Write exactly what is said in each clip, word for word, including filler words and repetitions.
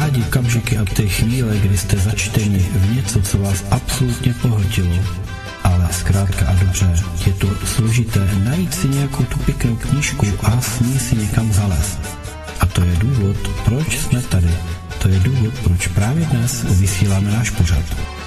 rádi okamžiky a ty chvíle, kdy jste začteni v něco, co vás absolutně pohltilo, ale zkrátka a dobře, je to složité najít si nějakou tu pěknou knížku a s ní si někam zalézt. A to je důvod, proč jsme tady. To je důvod, proč právě dnes vysíláme náš pořad.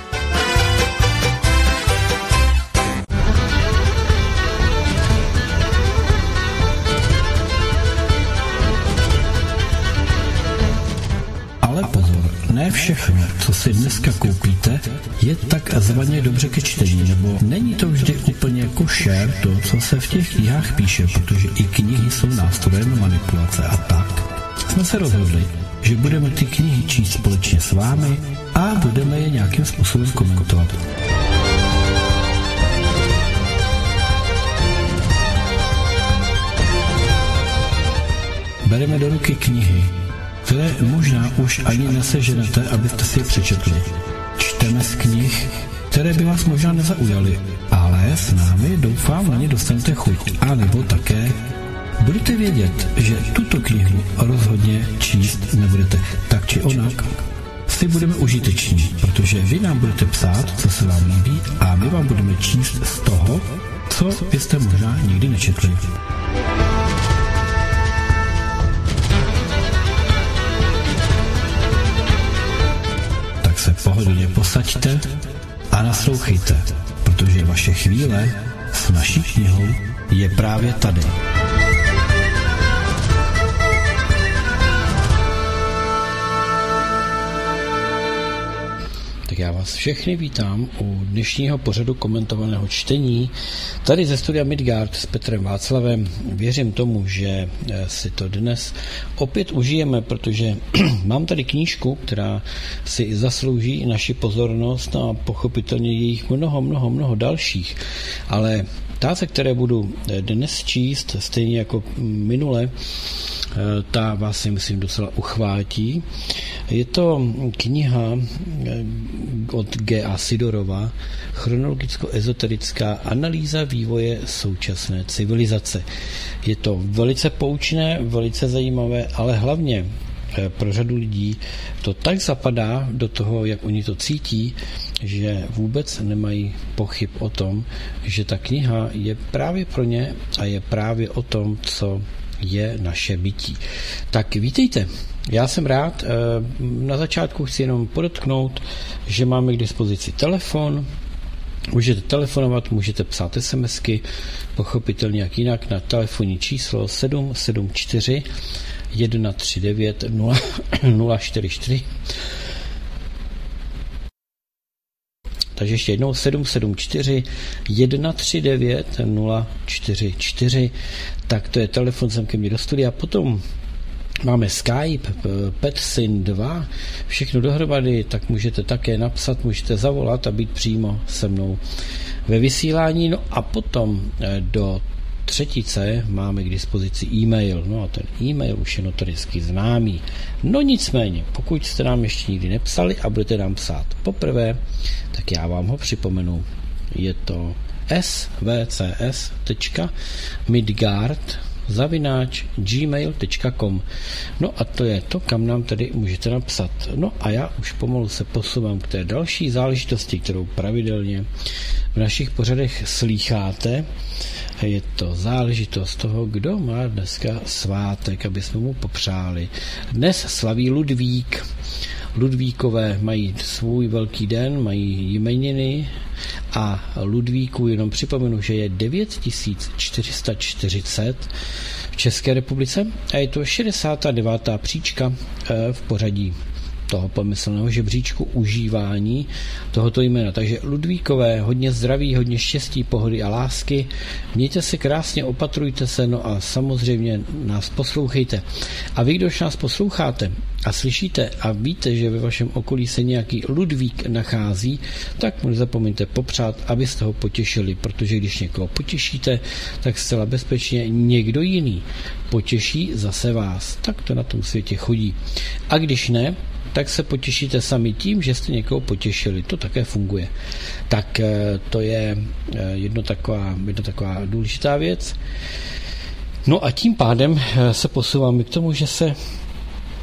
Ale pozor, ne všechno, co si dneska koupíte, je takzvaně dobře ke čtení, nebo není to vždy úplně košer to, co se v těch knihách píše, protože i knihy jsou nástrojem manipulace a tak jsme se rozhodli, že budeme ty knihy číst společně s vámi a budeme je nějakým způsobem komentovat. Bereme do ruky knihy, které možná už ani neseženete, abyste si je přečetli. Čteme z knih, které by vás možná nezaujaly, ale s námi doufám na ně dostanete chuť. A nebo také budete vědět, že tuto knihu rozhodně číst nebudete. Tak či onak si budeme užiteční, protože vy nám budete psát, co se vám líbí, a my vám budeme číst z toho, co byste možná nikdy nečetli. Tak se pohodlně posaďte a naslouchejte, protože vaše chvíle s naší knihou je právě tady. Tak já vás všechny vítám u dnešního pořadu komentovaného čtení tady ze studia Midgard s Petrem Václavem. Věřím tomu, že si to dnes opět užijeme, protože mám tady knížku, která si zaslouží naši pozornost a pochopitelně jejich mnoho, mnoho, mnoho dalších, ale ta, se které budu dnes číst, stejně jako minule, ta vás si myslím docela uchvátí. Je to kniha od G A Sidorova, chronologicko-ezoterická analýza vývoje současné civilizace. Je to velice poučné, velice zajímavé, ale hlavně pro řadu lidí to tak zapadá do toho, jak oni to cítí, že vůbec nemají pochyb o tom, že ta kniha je právě pro ně a je právě o tom, co je naše bytí. Tak vítejte. Já jsem rád. Na začátku chci jenom podotknout, že máme k dispozici telefon. Můžete telefonovat, můžete psát SMSky, pochopitelně jak jinak na telefonní číslo sedm sedm čtyři jedna tři devět nula nula čtyři čtyři. Takže ještě jednou sedm sedm čtyři jedna tři devět nula čtyři čtyři. Tak to je telefon sem ke mně do studia. Potom máme Skype, Petsyn dva, všechno dohromady, tak můžete také napsat, můžete zavolat a být přímo se mnou ve vysílání. No a potom do třetice máme k dispozici e-mail. No a ten e-mail už je notoricky známý. No nicméně, pokud jste nám ještě nikdy nepsali a budete nám psát poprvé, tak já vám ho připomenu. Je to s v c s tečka midgard zavináč gmail tečka com. No a to je to, kam nám tady můžete napsat. No a já už pomalu se posouvám k té další záležitosti, kterou pravidelně v našich pořadech slýcháte. Je to záležitost toho, kdo má dneska svátek, aby jsme mu popřáli. Dnes slaví Ludvík. Ludvíkové mají svůj velký den, mají jmeniny a Ludvíků jenom připomenu, že je devět tisíc čtyři sta čtyřicet v České republice a je to šedesátá devátá příčka v pořadí toho pomyslného žebříčku užívání tohoto jména. Takže Ludvíkové, hodně zdraví, hodně štěstí, pohody a lásky. Mějte se krásně, opatrujte se, no a samozřejmě nás poslouchejte. A vy, kdož nás posloucháte a slyšíte a víte, že ve vašem okolí se nějaký Ludvík nachází, tak nezapomeňte popřát, abyste ho potěšili, protože když někoho potěšíte, tak zcela bezpečně někdo jiný potěší zase vás. Tak to na tom světě chodí. A když ne, tak se potěšíte sami tím, že jste někoho potěšili. To také funguje. Tak to je jedno taková, jedno taková důležitá věc. No a tím pádem se posouváme k tomu, že se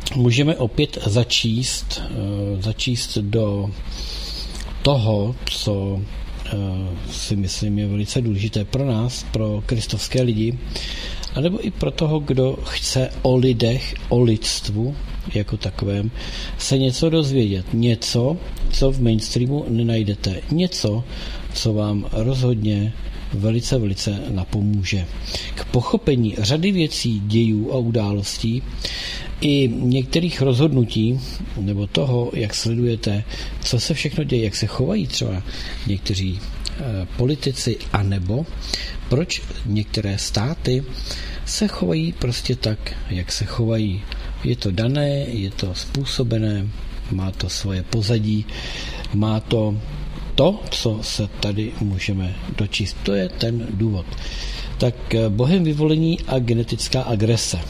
můžeme opět začíst, začíst do toho, co si myslím je velice důležité pro nás, pro kristovské lidi, anebo i pro toho, kdo chce o lidech, o lidstvu jako takovém se něco dozvědět. Něco, co v mainstreamu nenajdete. Něco, co vám rozhodně velice, velice napomůže. K pochopení řady věcí, dějů a událostí i některých rozhodnutí, nebo toho, jak sledujete, co se všechno děje, jak se chovají třeba někteří eh, politici, anebo proč některé státy se chovají prostě tak, jak se chovají. Je to dané, je to způsobené, má to svoje pozadí, má to to, co se tady můžeme dočíst. To je ten důvod. Tak Bohem vyvolení a genetická agrese.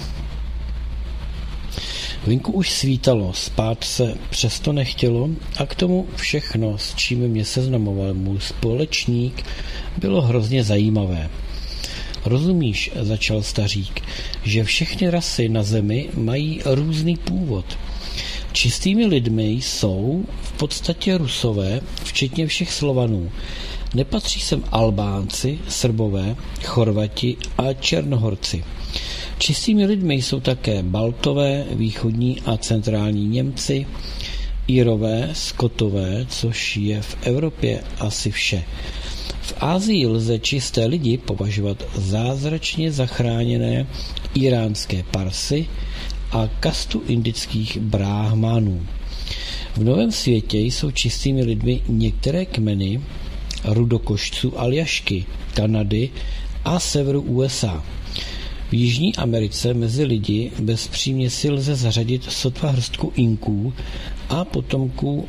Venku už svítalo, spát se přesto nechtělo a k tomu všechno, s čím mě seznamoval můj společník, bylo hrozně zajímavé. Rozumíš, začal stařík, že všechny rasy na zemi mají různý původ. Čistými lidmi jsou v podstatě Rusové, včetně všech Slovanů. Nepatří sem Albánci, Srbové, Chorvati a Černohorci. Čistými lidmi jsou také Baltové, východní a centrální Němci, Irové, Skotové, což je v Evropě asi vše. V Asii lze čisté lidi považovat zázračně zachráněné iránské Parsy a kastu indických bráhmanů. V Novém světě jsou čistými lidmi některé kmeny rudokošců Aljašky, Kanady a severu U S A. V Jižní Americe mezi lidi bez příměsi lze zařadit sotva hrstku Inků a potomků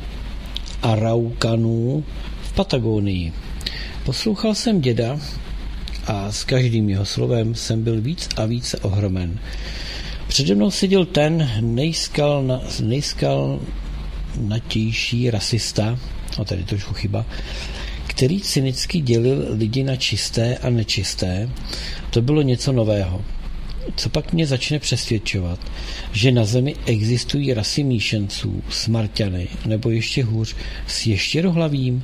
Araukanů v Patagonii. Poslouchal jsem děda a s každým jeho slovem jsem byl víc a více ohromen. Přede mnou seděl ten nejskal, na, nejskal natější rasista, a tady trošku chyba, který cynicky dělil lidi na čisté a nečisté. To bylo něco nového. Co pak mě začne přesvědčovat, že na zemi existují rasy míšenců, Smarťany, nebo ještě hůř s ještěrohlavým?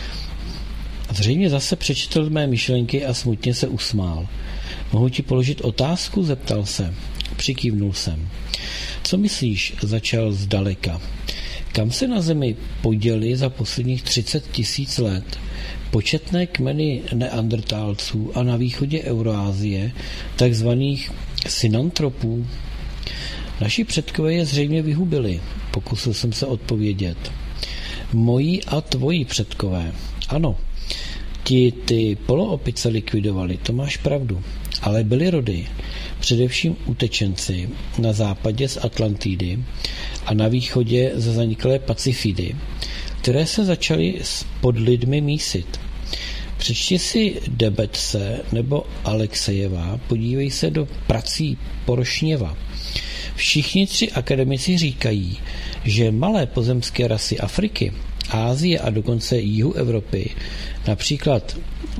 Zřejmě zase přečetl mé myšlenky a smutně se usmál. Mohu ti položit otázku? Zeptal se. Přikývnul jsem. Co myslíš? Začal zdaleka. Kam se na zemi poděli za posledních třicet tisíc let početné kmeny neandrtálců a na východě Euroázie, takzvaných synantropů? Naši předkové je zřejmě vyhubili, pokusil jsem se odpovědět. Moji a tvoji předkové. Ano, ti ty poloopice likvidovali, to máš pravdu, ale byly rody, především utečenci na západě z Atlantidy a na východě ze zaniklé Pacifidy, které se začaly pod lidmi mísit. Přečti si Debetse nebo Alexejeva, podívej se do prací Porošněva. Všichni tři akademici říkají, že malé pozemské rasy Afriky, Ázie a dokonce jihu Evropy, například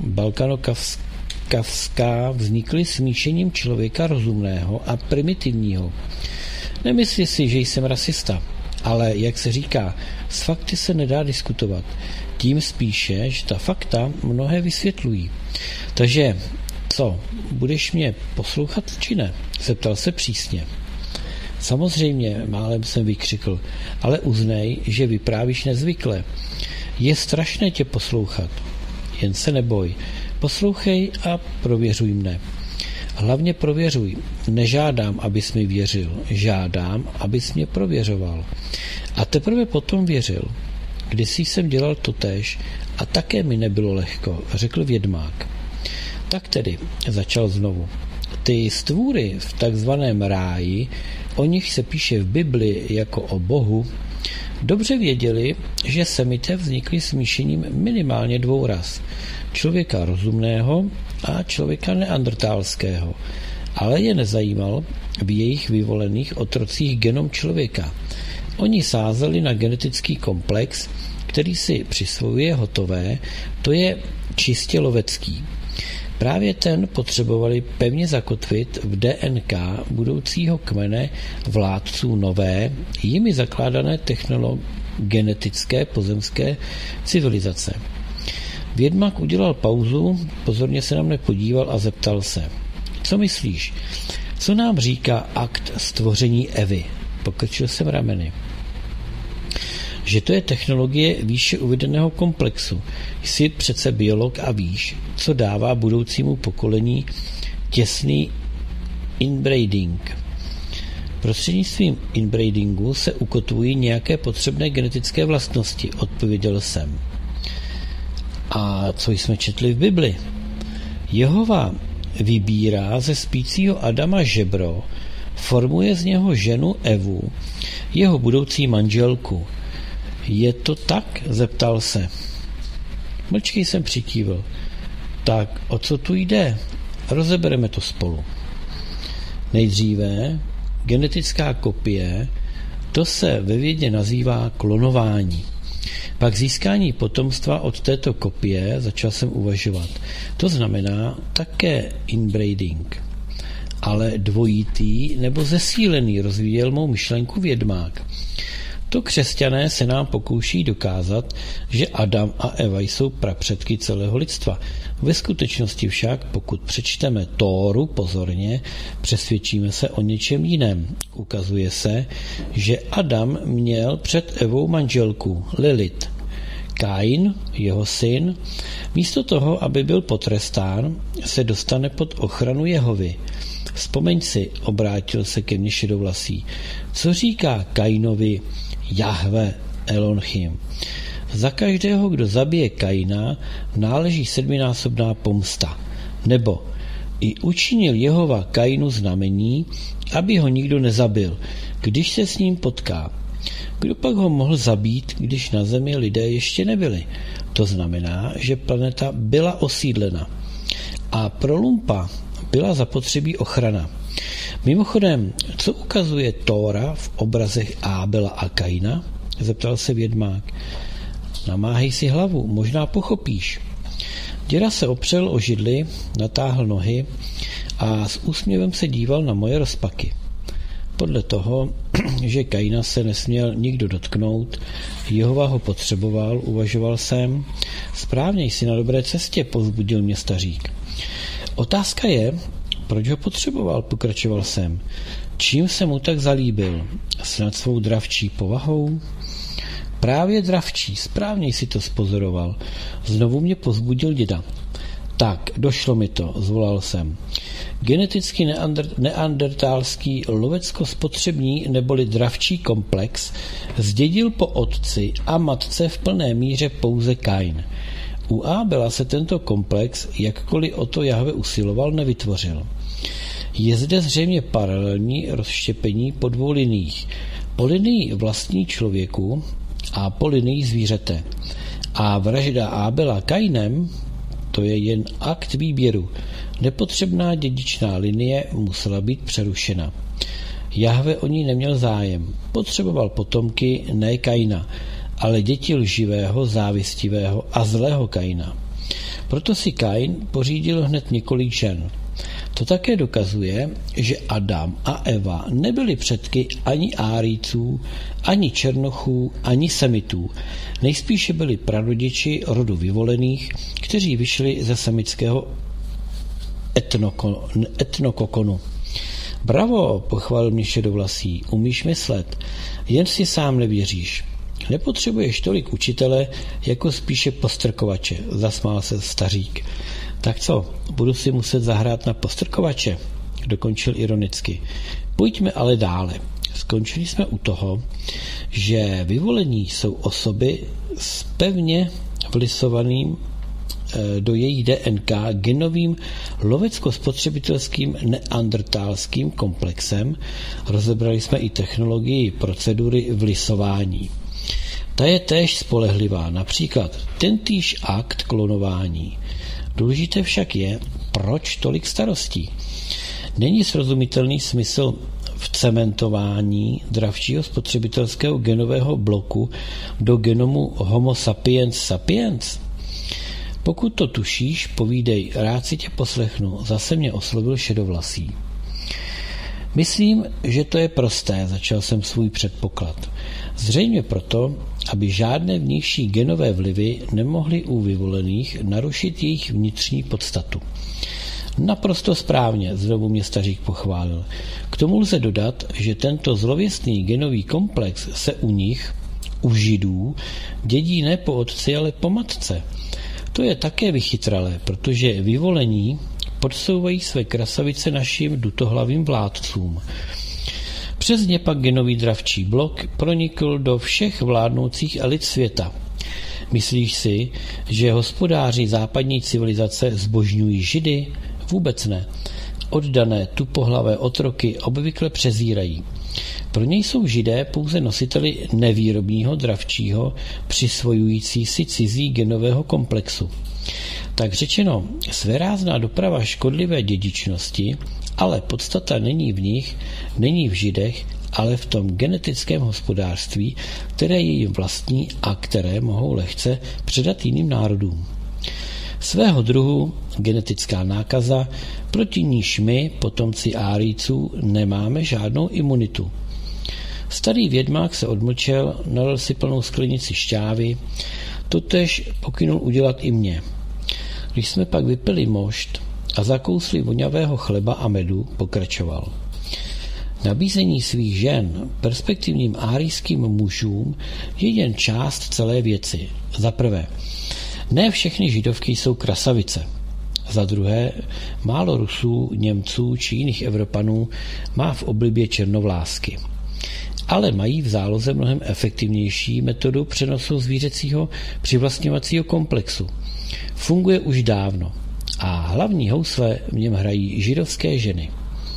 balkanokavská, vznikly smíšením člověka rozumného a primitivního. Nemyslí si, že jsem rasista, ale, jak se říká, s fakty se nedá diskutovat. Tím spíše, že ta fakta mnohé vysvětlují. Takže, co, budeš mě poslouchat, či ne? Zeptal se přísně. Samozřejmě, málem jsem vykřikl, ale uznej, že vyprávíš nezvykle. Je strašné tě poslouchat. Jen se neboj. Poslouchej a prověřuj mne. Hlavně prověřuj. Nežádám, abys mi věřil. Žádám, abys mě prověřoval. A teprve potom věřil. Kdysi jsem dělal totéž a také mi nebylo lehko, řekl vědmák. Tak tedy, začal znovu. Ty stvůry v takzvaném ráji, o nich se píše v Bibli jako o Bohu, dobře věděli, že semité vznikly smíšením minimálně dvou ras. Člověka rozumného a člověka neandrtálského. Ale je nezajímal v jejich vyvolených otrocích genom člověka. Oni sázeli na genetický komplex, který si přisvojuje hotové, to je čistě lovecký. Právě ten potřebovali pevně zakotvit v D N K budoucího kmene vládců nové, jimi zakládané technologenetické pozemské civilizace. Vědmak udělal pauzu, pozorně se na mne podíval a zeptal se: co myslíš? Co nám říká akt stvoření Evy? Pokrčil jsem rameny. Že to je technologie výše uvedeného komplexu. Jsi přece biolog a víš, co dává budoucímu pokolení těsný inbreeding. Prostřednictvím inbreedingu se ukotvují nějaké potřebné genetické vlastnosti, odpověděl jsem. A co jsme četli v Bibli? Jehova vybírá ze spícího Adama žebro, formuje z něho ženu Evu, jeho budoucí manželku. Je to tak? Zeptal se. Mlčky jsem přikývl. Tak o co tu jde? Rozebereme to spolu. Nejdříve genetická kopie, to se ve vědě nazývá klonování. Pak získání potomstva od této kopie začal jsem uvažovat. To znamená také inbreeding. Ale dvojitý nebo zesílený, rozvíjel mou myšlenku vědmák. To křesťané se nám pokouší dokázat, že Adam a Eva jsou prapředky celého lidstva. Ve skutečnosti však, pokud přečteme Tóru pozorně, přesvědčíme se o něčem jiném. Ukazuje se, že Adam měl před Evou manželku Lilith. Kain, jeho syn, místo toho, aby byl potrestán, se dostane pod ochranu Jehovy. Vzpomeň si, obrátil se ke mně šedovlasý. Co říká Kainovi Jahve Elohim? Za každého, kdo zabije Kaina, náleží sedminásobná pomsta. Nebo i učinil Jehova Kainu znamení, aby ho nikdo nezabil, když se s ním potká. Kdo pak ho mohl zabít, když na zemi lidé ještě nebyli? To znamená, že planeta byla osídlena. A pro lumpa byla zapotřebí ochrana. Mimochodem, co ukazuje Tóra v obrazech Ábela a Kaina? Zeptal se vědmák. Namáhej si hlavu, možná pochopíš. Děda se opřel o židli, natáhl nohy a s úsměvem se díval na moje rozpaky. Podle toho, že Kaina se nesměl nikdo dotknout, Jehova ho potřeboval, uvažoval jsem. Správně jsi na dobré cestě, povzbudil mě stařík. Otázka je, proč ho potřeboval, pokračoval jsem. Čím se mu tak zalíbil? Snad svou dravčí povahou? Právě dravčí, správně si to spozoroval. Znovu mě povzbudil děda. Tak, došlo mi to, zvolal jsem. Geneticky neander, neandertálský lovecko-spotřební neboli dravčí komplex zdědil po otci a matce v plné míře pouze Kain. U Ábela se tento komplex, jakkoliv o to Jahve usiloval, nevytvořil. Je zde zřejmě paralelní rozštěpení po dvou liniích. Po linii vlastní člověku a po linii zvířete. A vražda Ábela Kainem, to je jen akt výběru. Nepotřebná dědičná linie musela být přerušena. Jahve o ní neměl zájem. Potřeboval potomky, ne Kaina, ale děti lživého, závistivého a zlého Kaina. Proto si Kain pořídil hned několik žen. To také dokazuje, že Adam a Eva nebyli předky ani Árijců, ani Černochů, ani Semitů. Nejspíše byli prarodiči rodu vyvolených, kteří vyšli ze semického etnoko, etnokokonu. Bravo, pochválil mě šedovlasý, umíš myslet, jen si sám nevěříš. Nepotřebuješ tolik učitele, jako spíše postrkovače, zasmál se stařík. Tak co, budu si muset zahrát na postrkovače, dokončil ironicky. Pojďme ale dále. Skončili jsme u toho, že vyvolení jsou osoby s pevně vlisovaným do jejich D N K genovým lovecko-spotřebitelským neandertálským komplexem. Rozebrali jsme i technologii procedury vlisování. Ta je též spolehlivá, například tentýž akt klonování. Důležité však je, proč tolik starostí. Není srozumitelný smysl v cementování dravčího spotřebitelského genového bloku do genomu Homo sapiens sapiens. Pokud to tušíš, povídej, rád si tě poslechnu, zase mě oslovil šedovlasý. Myslím, že to je prosté, začal jsem svůj předpoklad. Zřejmě proto, aby žádné vnější genové vlivy nemohly u vyvolených narušit jejich vnitřní podstatu. Naprosto správně, znovu mě stařík pochválil. K tomu lze dodat, že tento zlověstný genový komplex se u nich, u Židů, dědí ne po otci, ale po matce. To je také vychytralé, protože vyvolení podsouvají své krasavice našim dutohlavým vládcům. Přes ně pak genový dravčí blok pronikl do všech vládnoucích elit světa. Myslíš si, že hospodáři západní civilizace zbožňují Židy? Vůbec ne. Oddané tupohlavé otroky obvykle přezírají. Pro něj jsou Židé pouze nositeli nevýrobního dravčího, přisvojující si cizí genového komplexu. Tak řečeno, svérázná doprava škodlivé dědičnosti, ale podstata není v nich, není v Židech, ale v tom genetickém hospodářství, které je jim vlastní a které mohou lehce předat jiným národům. Svého druhu genetická nákaza, proti níž my, potomci Árijců, nemáme žádnou imunitu. Starý vědmák se odmlčel, nalil si plnou sklenici šťávy, totéž pokynul udělat i mě. Když jsme pak vypili mošt a zakousli vonavého chleba a medu, pokračoval. Nabízení svých žen perspektivním árijským mužům je jen část celé věci. Za prvé, ne všechny židovky jsou krasavice. Za druhé, málo Rusů, Němců či jiných Evropanů má v oblibě černovlásky. Ale mají v záloze mnohem efektivnější metodu přenosu zvířecího přivlastňovacího komplexu. Funguje už dávno a hlavní housle v něm hrají židovské ženy.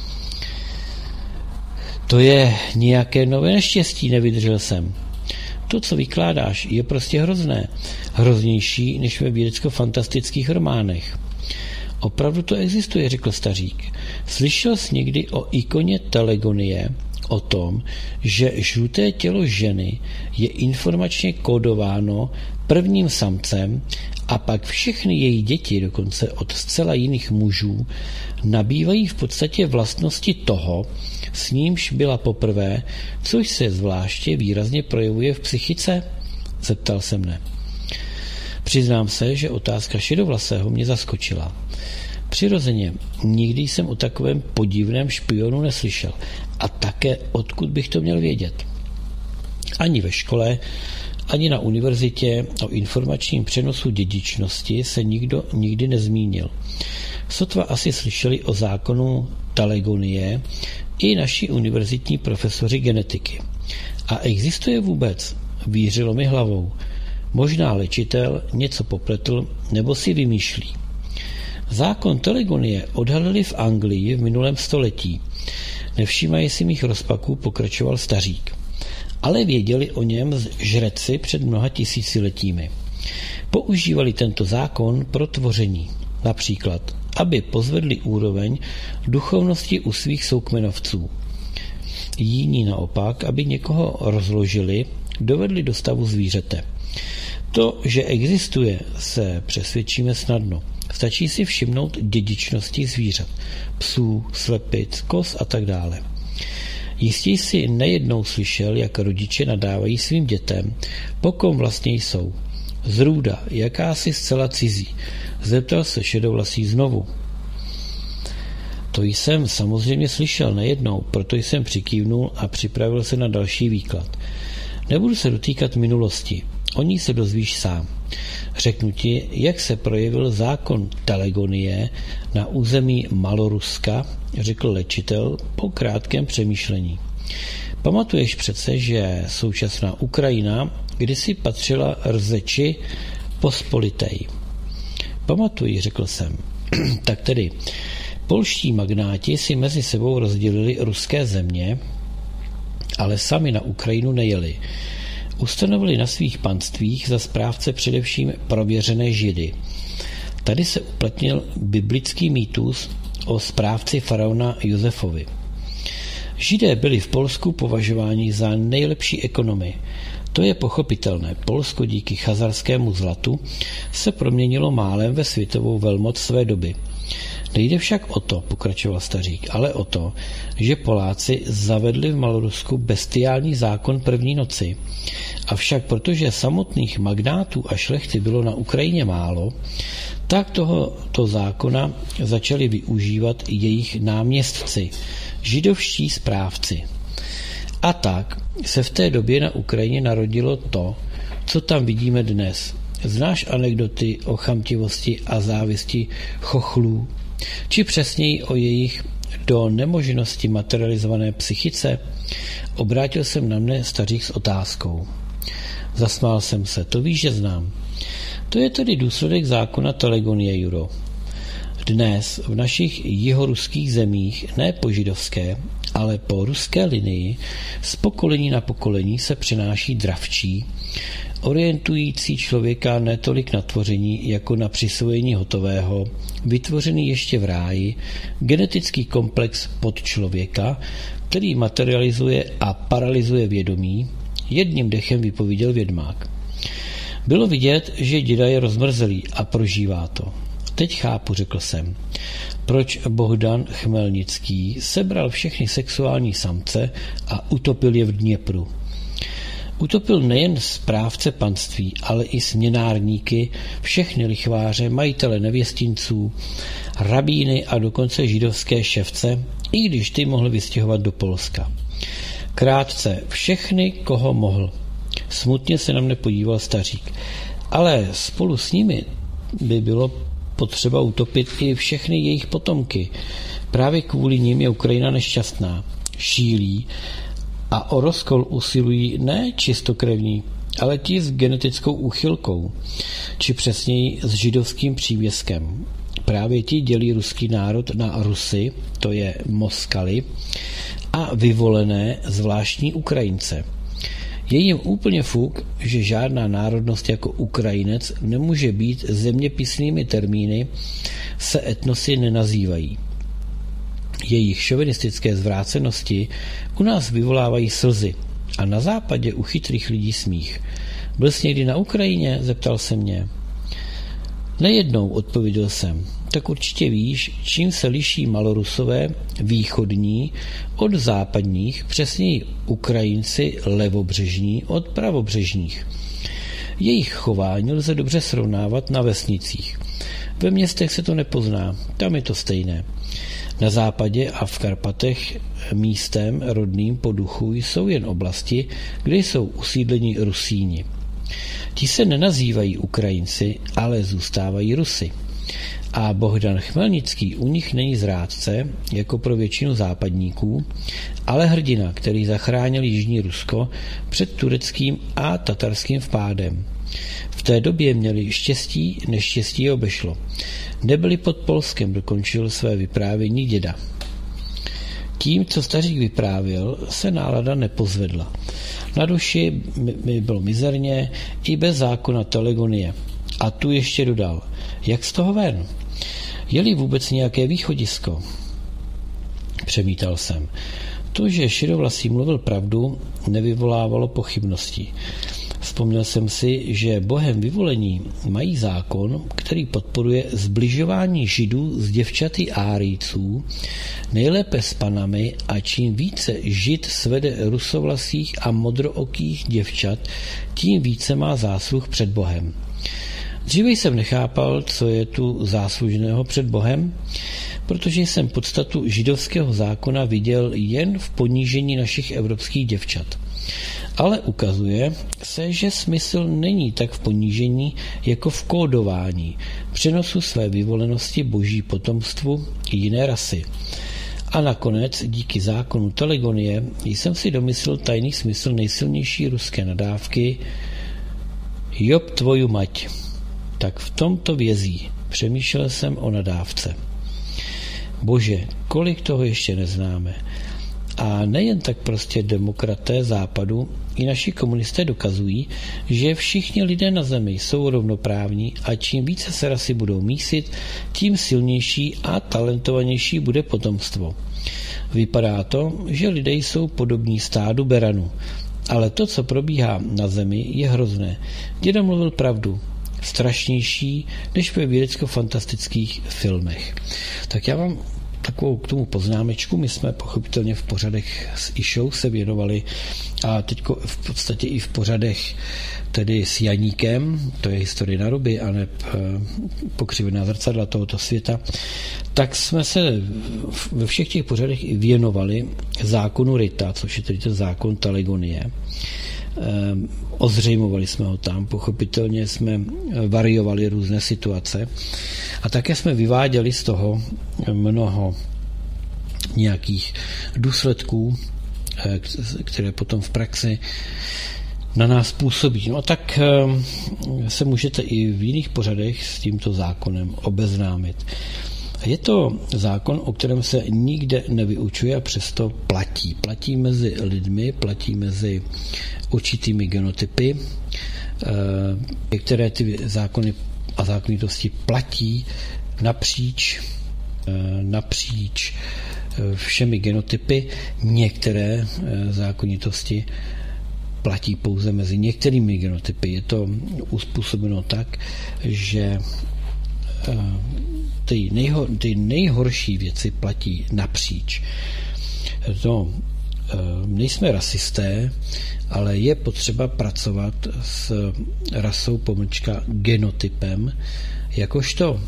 To je nějaké nové neštěstí, nevydržel jsem. To, co vykládáš, je prostě hrozné. Hroznější než ve vědecko-fantastických románech. Opravdu to existuje, řekl stařík. Slyšel jsi někdy o ikoně telegonie, o tom, že žluté tělo ženy je informačně kódováno prvním samcem a pak všechny její děti, dokonce od zcela jiných mužů, nabývají v podstatě vlastnosti toho, s nímž byla poprvé, což se zvláště výrazně projevuje v psychice? Zeptal se mne. Přiznám se, že otázka šedovlasého mě zaskočila. Přirozeně, nikdy jsem o takovém podivném špionu neslyšel. A také odkud bych to měl vědět? Ani ve škole, ani na univerzitě o informačním přenosu dědičnosti se nikdo nikdy nezmínil. Sotva asi slyšeli o zákonu telegonie i naši univerzitní profesoři genetiky. A existuje vůbec? Vířilo mi hlavou. Možná léčitel něco popletl nebo si vymýšlí. Zákon telegonie odhalili v Anglii v minulém století. Nevšímají si mých rozpaků, pokračoval stařík. Ale věděli o něm žreci před mnoha tisíciletími. Používali tento zákon pro tvoření. Například, aby pozvedli úroveň duchovnosti u svých soukmenovců. Jiní naopak, aby někoho rozložili, dovedli do stavu zvířete. To, že existuje, se přesvědčíme snadno. Stačí si všimnout dědičnosti zvířat, psů, slepic, koz a tak dále. Jistě jsi nejednou slyšel, jak rodiče nadávají svým dětem, po kom vlastně jsou. Zrůda, jakási zcela cizí, zeptal se šedovlasý znovu. To jsem samozřejmě slyšel nejednou, proto jsem přikývnul a připravil se na další výklad. Nebudu se dotýkat minulosti, o ní se dozvíš sám. Řeknu ti, jak se projevil zákon telegonie na území Maloruska, řekl léčitel po krátkém přemýšlení. Pamatuješ přece, že současná Ukrajina kdysi patřila Rzeči Pospolitej. Pamatuji, řekl jsem. Tak tedy, polští magnáti si mezi sebou rozdělili ruské země, ale sami na Ukrajinu nejeli. Ustanovili na svých panstvích za správce především prověřené Židy. Tady se uplatnil biblický mýtus o správci faraona Josefovi. Židé byli v Polsku považováni za nejlepší ekonomy, To je pochopitelné. Polsko díky chazarskému zlatu se proměnilo málem ve světovou velmoc své doby. Nejde však o to, pokračoval stařík, ale o to, že Poláci zavedli v Malorusku bestiální zákon první noci. Avšak protože samotných magnátů a šlechty bylo na Ukrajině málo, tak tohoto zákona začali využívat jejich náměstci, židovští správci. A tak se v té době na Ukrajině narodilo to, co tam vidíme dnes. Znáš anekdoty o chamtivosti a závisti chochlů, či přesněji o jejich do nemožnosti materializované psychice? Obrátil jsem na mne stařík s otázkou. Zasmál jsem se, to víš, že znám. To je tedy důsledek zákona telegonie, Juro. Dnes v našich jihoruských zemích, ne po židovské, ale po ruské linii, z pokolení na pokolení se přenáší dravčí, orientující člověka netolik na tvoření, jako na přisvojení hotového, vytvořený ještě v ráji, genetický komplex podčlověka, který materializuje a paralyzuje vědomí, jedním dechem vypověděl vědmák. Bylo vidět, že děda je rozmrzelý a prožívá to. Teď chápu, řekl jsem, proč Bohdan Chmelnický sebral všechny sexuální samce a utopil je v Dněpru. Utopil nejen správce panství, ale i směnárníky, všechny lichváře, majitele nevěstinců, rabíny a dokonce židovské ševce, i když ty mohl vystěhovat do Polska. Krátce všechny, koho mohl. Smutně se na mne podíval stařík. Ale spolu s nimi by bylo potřeba utopit i všechny jejich potomky. Právě kvůli nim je Ukrajina nešťastná. Šílí a o rozkol usilují ne čistokrevní, ale ti s genetickou úchylkou, či přesněji s židovským přívěskem. Právě ti dělí ruský národ na Rusy, to je Moskaly, a vyvolené zvláštní Ukrajince. Je jim úplně fuk, že žádná národnost jako Ukrajinec nemůže být zeměpisnými termíny, se etnosy nenazývají. Jejich šovinistické zvrácenosti u nás vyvolávají slzy a na západě u chytrých lidí smích. Byl jsi někdy na Ukrajině? Zeptal se mě. Nejednou, odpověděl jsem. Tak určitě víš, čím se liší Malorusové východní od západních, přesněji Ukrajinci levobřežní od pravobřežních. Jejich chování lze dobře srovnávat na vesnicích. Ve městech se to nepozná, tam je to stejné. Na západě a v Karpatech místem rodným po duchu jsou jen oblasti, kde jsou usídleni Rusíni. Ti se nenazývají Ukrajinci, ale zůstávají Rusy. A Bohdan Chmelnický u nich není zrádce, jako pro většinu západníků, ale hrdina, který zachránil jižní Rusko před tureckým a tatarským vpádem. V té době měli štěstí, neštěstí obešlo. Nebyli pod Polskem, dokončil své vyprávění děda. Tím, co stařík vyprávěl, se nálada nepozvedla. Na duši mi bylo mizerně i bez zákona telegonie. A tu ještě dodal, jak z toho ven? Je-li vůbec nějaké východisko? Přemítal jsem. To, že Širovlasý mluvil pravdu, nevyvolávalo pochybnosti. Vzpomněl jsem si, že Bohem vyvolení mají zákon, který podporuje zbližování Židů s děvčaty Árijců, nejlépe s panami, a čím více Žid svede rusovlasých a modrookých děvčat, tím více má zásluh před Bohem. Dříve jsem nechápal, co je tu záslužného před Bohem, protože jsem podstatu židovského zákona viděl jen v ponížení našich evropských děvčat. Ale ukazuje se, že smysl není tak v ponížení, jako v kódování, přenosu své vyvolenosti boží potomstvu i jiné rasy. A nakonec, díky zákonu telegonie, jsem si domyslel tajný smysl nejsilnější ruské nadávky Job tvoju mať. Tak v tomto vězí. Přemýšlel jsem o nadávce. Bože, kolik toho ještě neznáme. A nejen tak prostě demokraté západu, i naši komunisté dokazují, že všichni lidé na zemi jsou rovnoprávní a čím více se rasy budou mísit, tím silnější a talentovanější bude potomstvo. Vypadá to, že lidé jsou podobní stádu beranu. ale to, co probíhá na zemi, je hrozné. Děda mluvil pravdu. Strašnější, než ve vědecko-fantastických filmech. Tak já mám takovou k tomu poznámečku. My jsme pochopitelně v pořadech s Išou se věnovali a teď v podstatě i v pořadech tedy s Janíkem, to je historie naruby a ne pokřivená zrcadla tohoto světa, tak jsme se ve všech těch pořadech i věnovali zákonu Rita, což je tedy ten zákon Taligonie. Ozřejmovali jsme ho tam, pochopitelně jsme variovali různé situace a také jsme vyváděli z toho mnoho nějakých důsledků, které potom v praxi na nás působí. No tak se můžete i v jiných pořadech s tímto zákonem obeznámit. Je to zákon, o kterém se nikde nevyučuje a přesto platí. Platí mezi lidmi, platí mezi určitými genotypy. Některé ty zákony a zákonitosti platí napříč, napříč všemi genotypy. Některé zákonitosti platí pouze mezi některými genotypy. Je to uspůsobeno tak, že ty, nejhor, ty nejhorší věci platí napříč. No, nejsme rasisté, ale je potřeba pracovat s rasou pomlčka genotypem, jakožto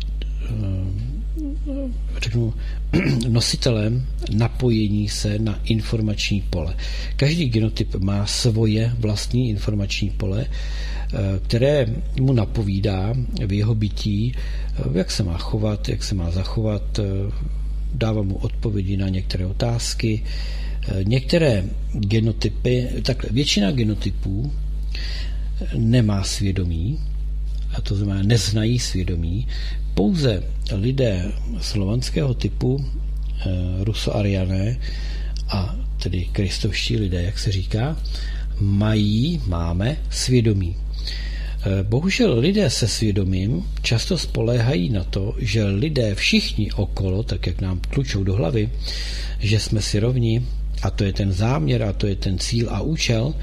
řeknu, nositelem napojení se na informační pole. Každý genotyp má svoje vlastní informační pole, které mu napovídá v jeho bytí, jak se má chovat, jak se má zachovat, dává mu odpovědi na některé otázky. Některé genotypy, takhle, většina genotypů nemá svědomí, a to znamená neznají svědomí. Pouze lidé slovanského typu, rusoariané a tedy kristovští lidé, jak se říká, mají, máme svědomí. Bohužel lidé se svědomím často spoléhají na to, že lidé všichni okolo, tak jak nám tlučou do hlavy, že jsme si rovni, a to je ten záměr, a to je ten cíl a účel,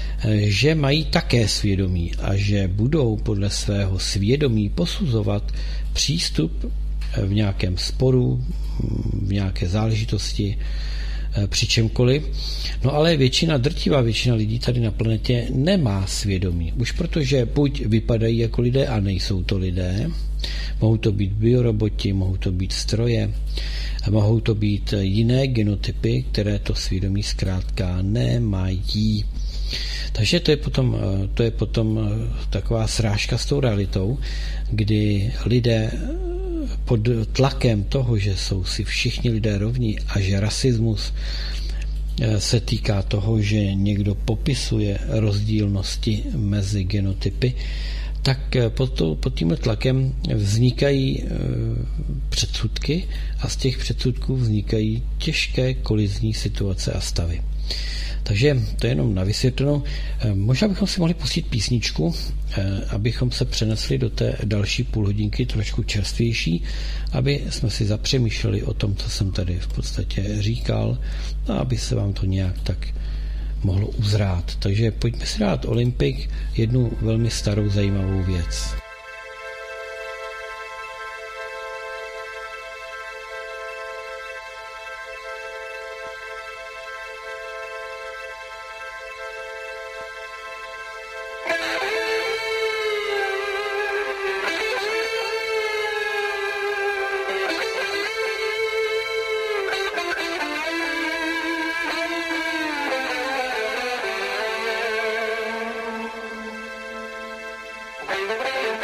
že mají také svědomí a že budou podle svého svědomí posuzovat přístup v nějakém sporu, v nějaké záležitosti, při čemkoliv. No ale většina, drtivá většina lidí tady na planetě nemá svědomí. Už protože buď vypadají jako lidé a nejsou to lidé, mohou to být bioroboti, mohou to být stroje, mohou to být jiné genotypy, které to svědomí zkrátka nemají. Takže to je potom, to je potom taková srážka s tou realitou, kdy lidé pod tlakem toho, že jsou si všichni lidé rovní a že rasismus se týká toho, že někdo popisuje rozdílnosti mezi genotypy, tak pod, to, pod tímhle tlakem vznikají předsudky a z těch předsudků vznikají těžké kolizní situace a stavy. Takže to je jenom na vysvětlenou. Možná bychom si mohli pustit písničku, abychom se přenesli do té další půlhodinky trošku čerstvější, aby jsme si zapřemýšleli o tom, co jsem tady v podstatě říkal, a aby se vám to nějak tak mohlo uzrát. Takže pojďme si dát Olympic, jednu velmi starou zajímavou věc. Thank you.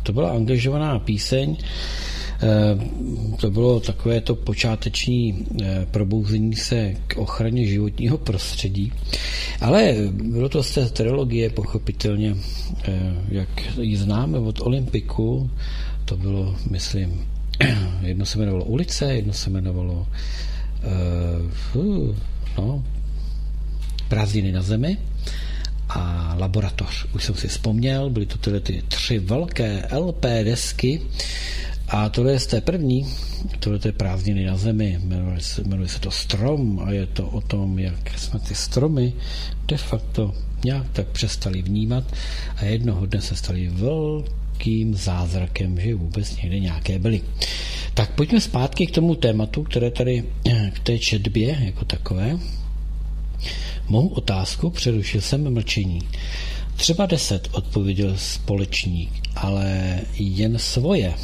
To byla angažovaná píseň, to bylo takové to počáteční probouzení se k ochraně životního prostředí, ale bylo to z té trilogie pochopitelně, jak ji známe od Olympiku, to bylo, myslím, jedno se jmenovalo Ulice, jedno se jmenovalo uh, no, Prázdniny na zemi a Laboratoř. Už jsem si vzpomněl, byly to tyhle ty tři velké L P desky a tohle je z té první, tohle je Prázdniny na zemi, jmenuje se, jmenuje se to Strom a je to o tom, jak jsme ty stromy de facto nějak tak přestali vnímat a jednoho dne se stali velkým zázrakem, že vůbec někde nějaké byly. Tak pojďme zpátky k tomu tématu, které tady k té četbě jako takové. Mou otázku přerušil jsem mlčení. Třeba deset, odpověděl společník, ale jen svoje.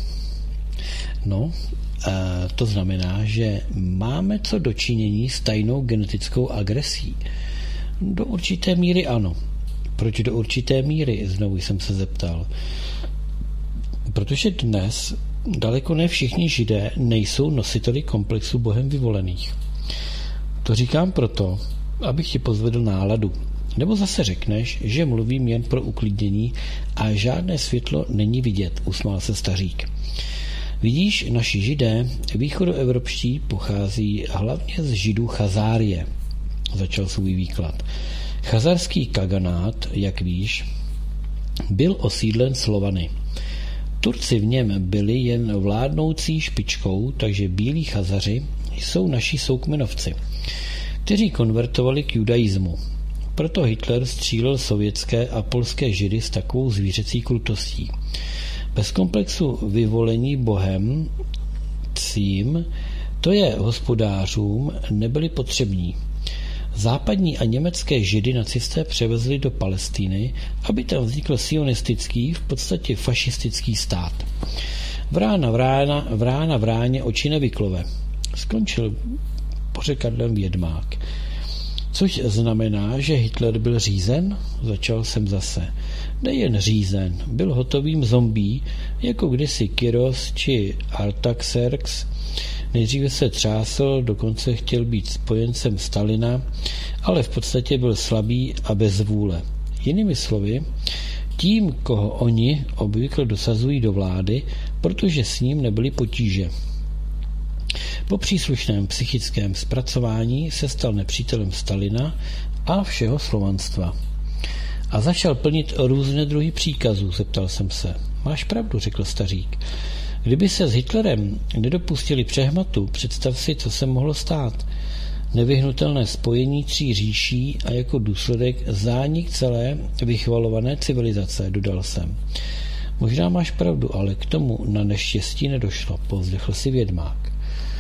No, to znamená, že máme co dočinění s tajnou genetickou agresí. Do určité míry ano. Proč do určité míry? Znovu jsem se zeptal. Protože dnes daleko ne všichni Židé nejsou nositeli komplexu Bohem vyvolených. To říkám proto, abych ti pozvedl náladu. Nebo zase řekneš, že mluvím jen pro uklidnění a žádné světlo není vidět, usmál se stařík. Vidíš, naši Židé, východoevropští, pochází hlavně z Židů Chazárie, začal svůj výklad. Chazarský kaganát, jak víš, byl osídlen Slovany. Turci v něm byli jen vládnoucí špičkou, takže bílí Chazaři jsou naši soukmenovci, kteří konvertovali k judaismu. Proto Hitler střílel sovětské a polské Židy s takovou zvířecí krutostí. Bez komplexu vyvolení Bohem cím, to je hospodářům, nebyli potřební. Západní a německé Židy nacisté převezli do Palestiny, aby tam vznikl sionistický, v podstatě fašistický stát. Vrána, vrána, vrána vráně oči nevyklove. Skončil pořekadlem vědmák. Což znamená, že Hitler byl řízen? Začal jsem zase. Nejen řízen, byl hotovým zombí, jako kdysi Kyros či Artaxerxes. Nejdříve se třásl, dokonce chtěl být spojencem Stalina, ale v podstatě byl slabý a bez vůle. Jinými slovy, tím, koho oni obvykle dosazují do vlády, protože s ním nebyly potíže. Po příslušném psychickém zpracování se stal nepřítelem Stalina a všeho slovanstva. A začal plnit různé druhy příkazů, zeptal jsem se. Máš pravdu, řekl stařík. Kdyby se s Hitlerem nedopustili přehmatu, představ si, co se mohlo stát. Nevyhnutelné spojení tří říší a jako důsledek zánik celé vychvalované civilizace, dodal jsem. Možná máš pravdu, ale k tomu na neštěstí nedošlo, povzdechl si vědmák.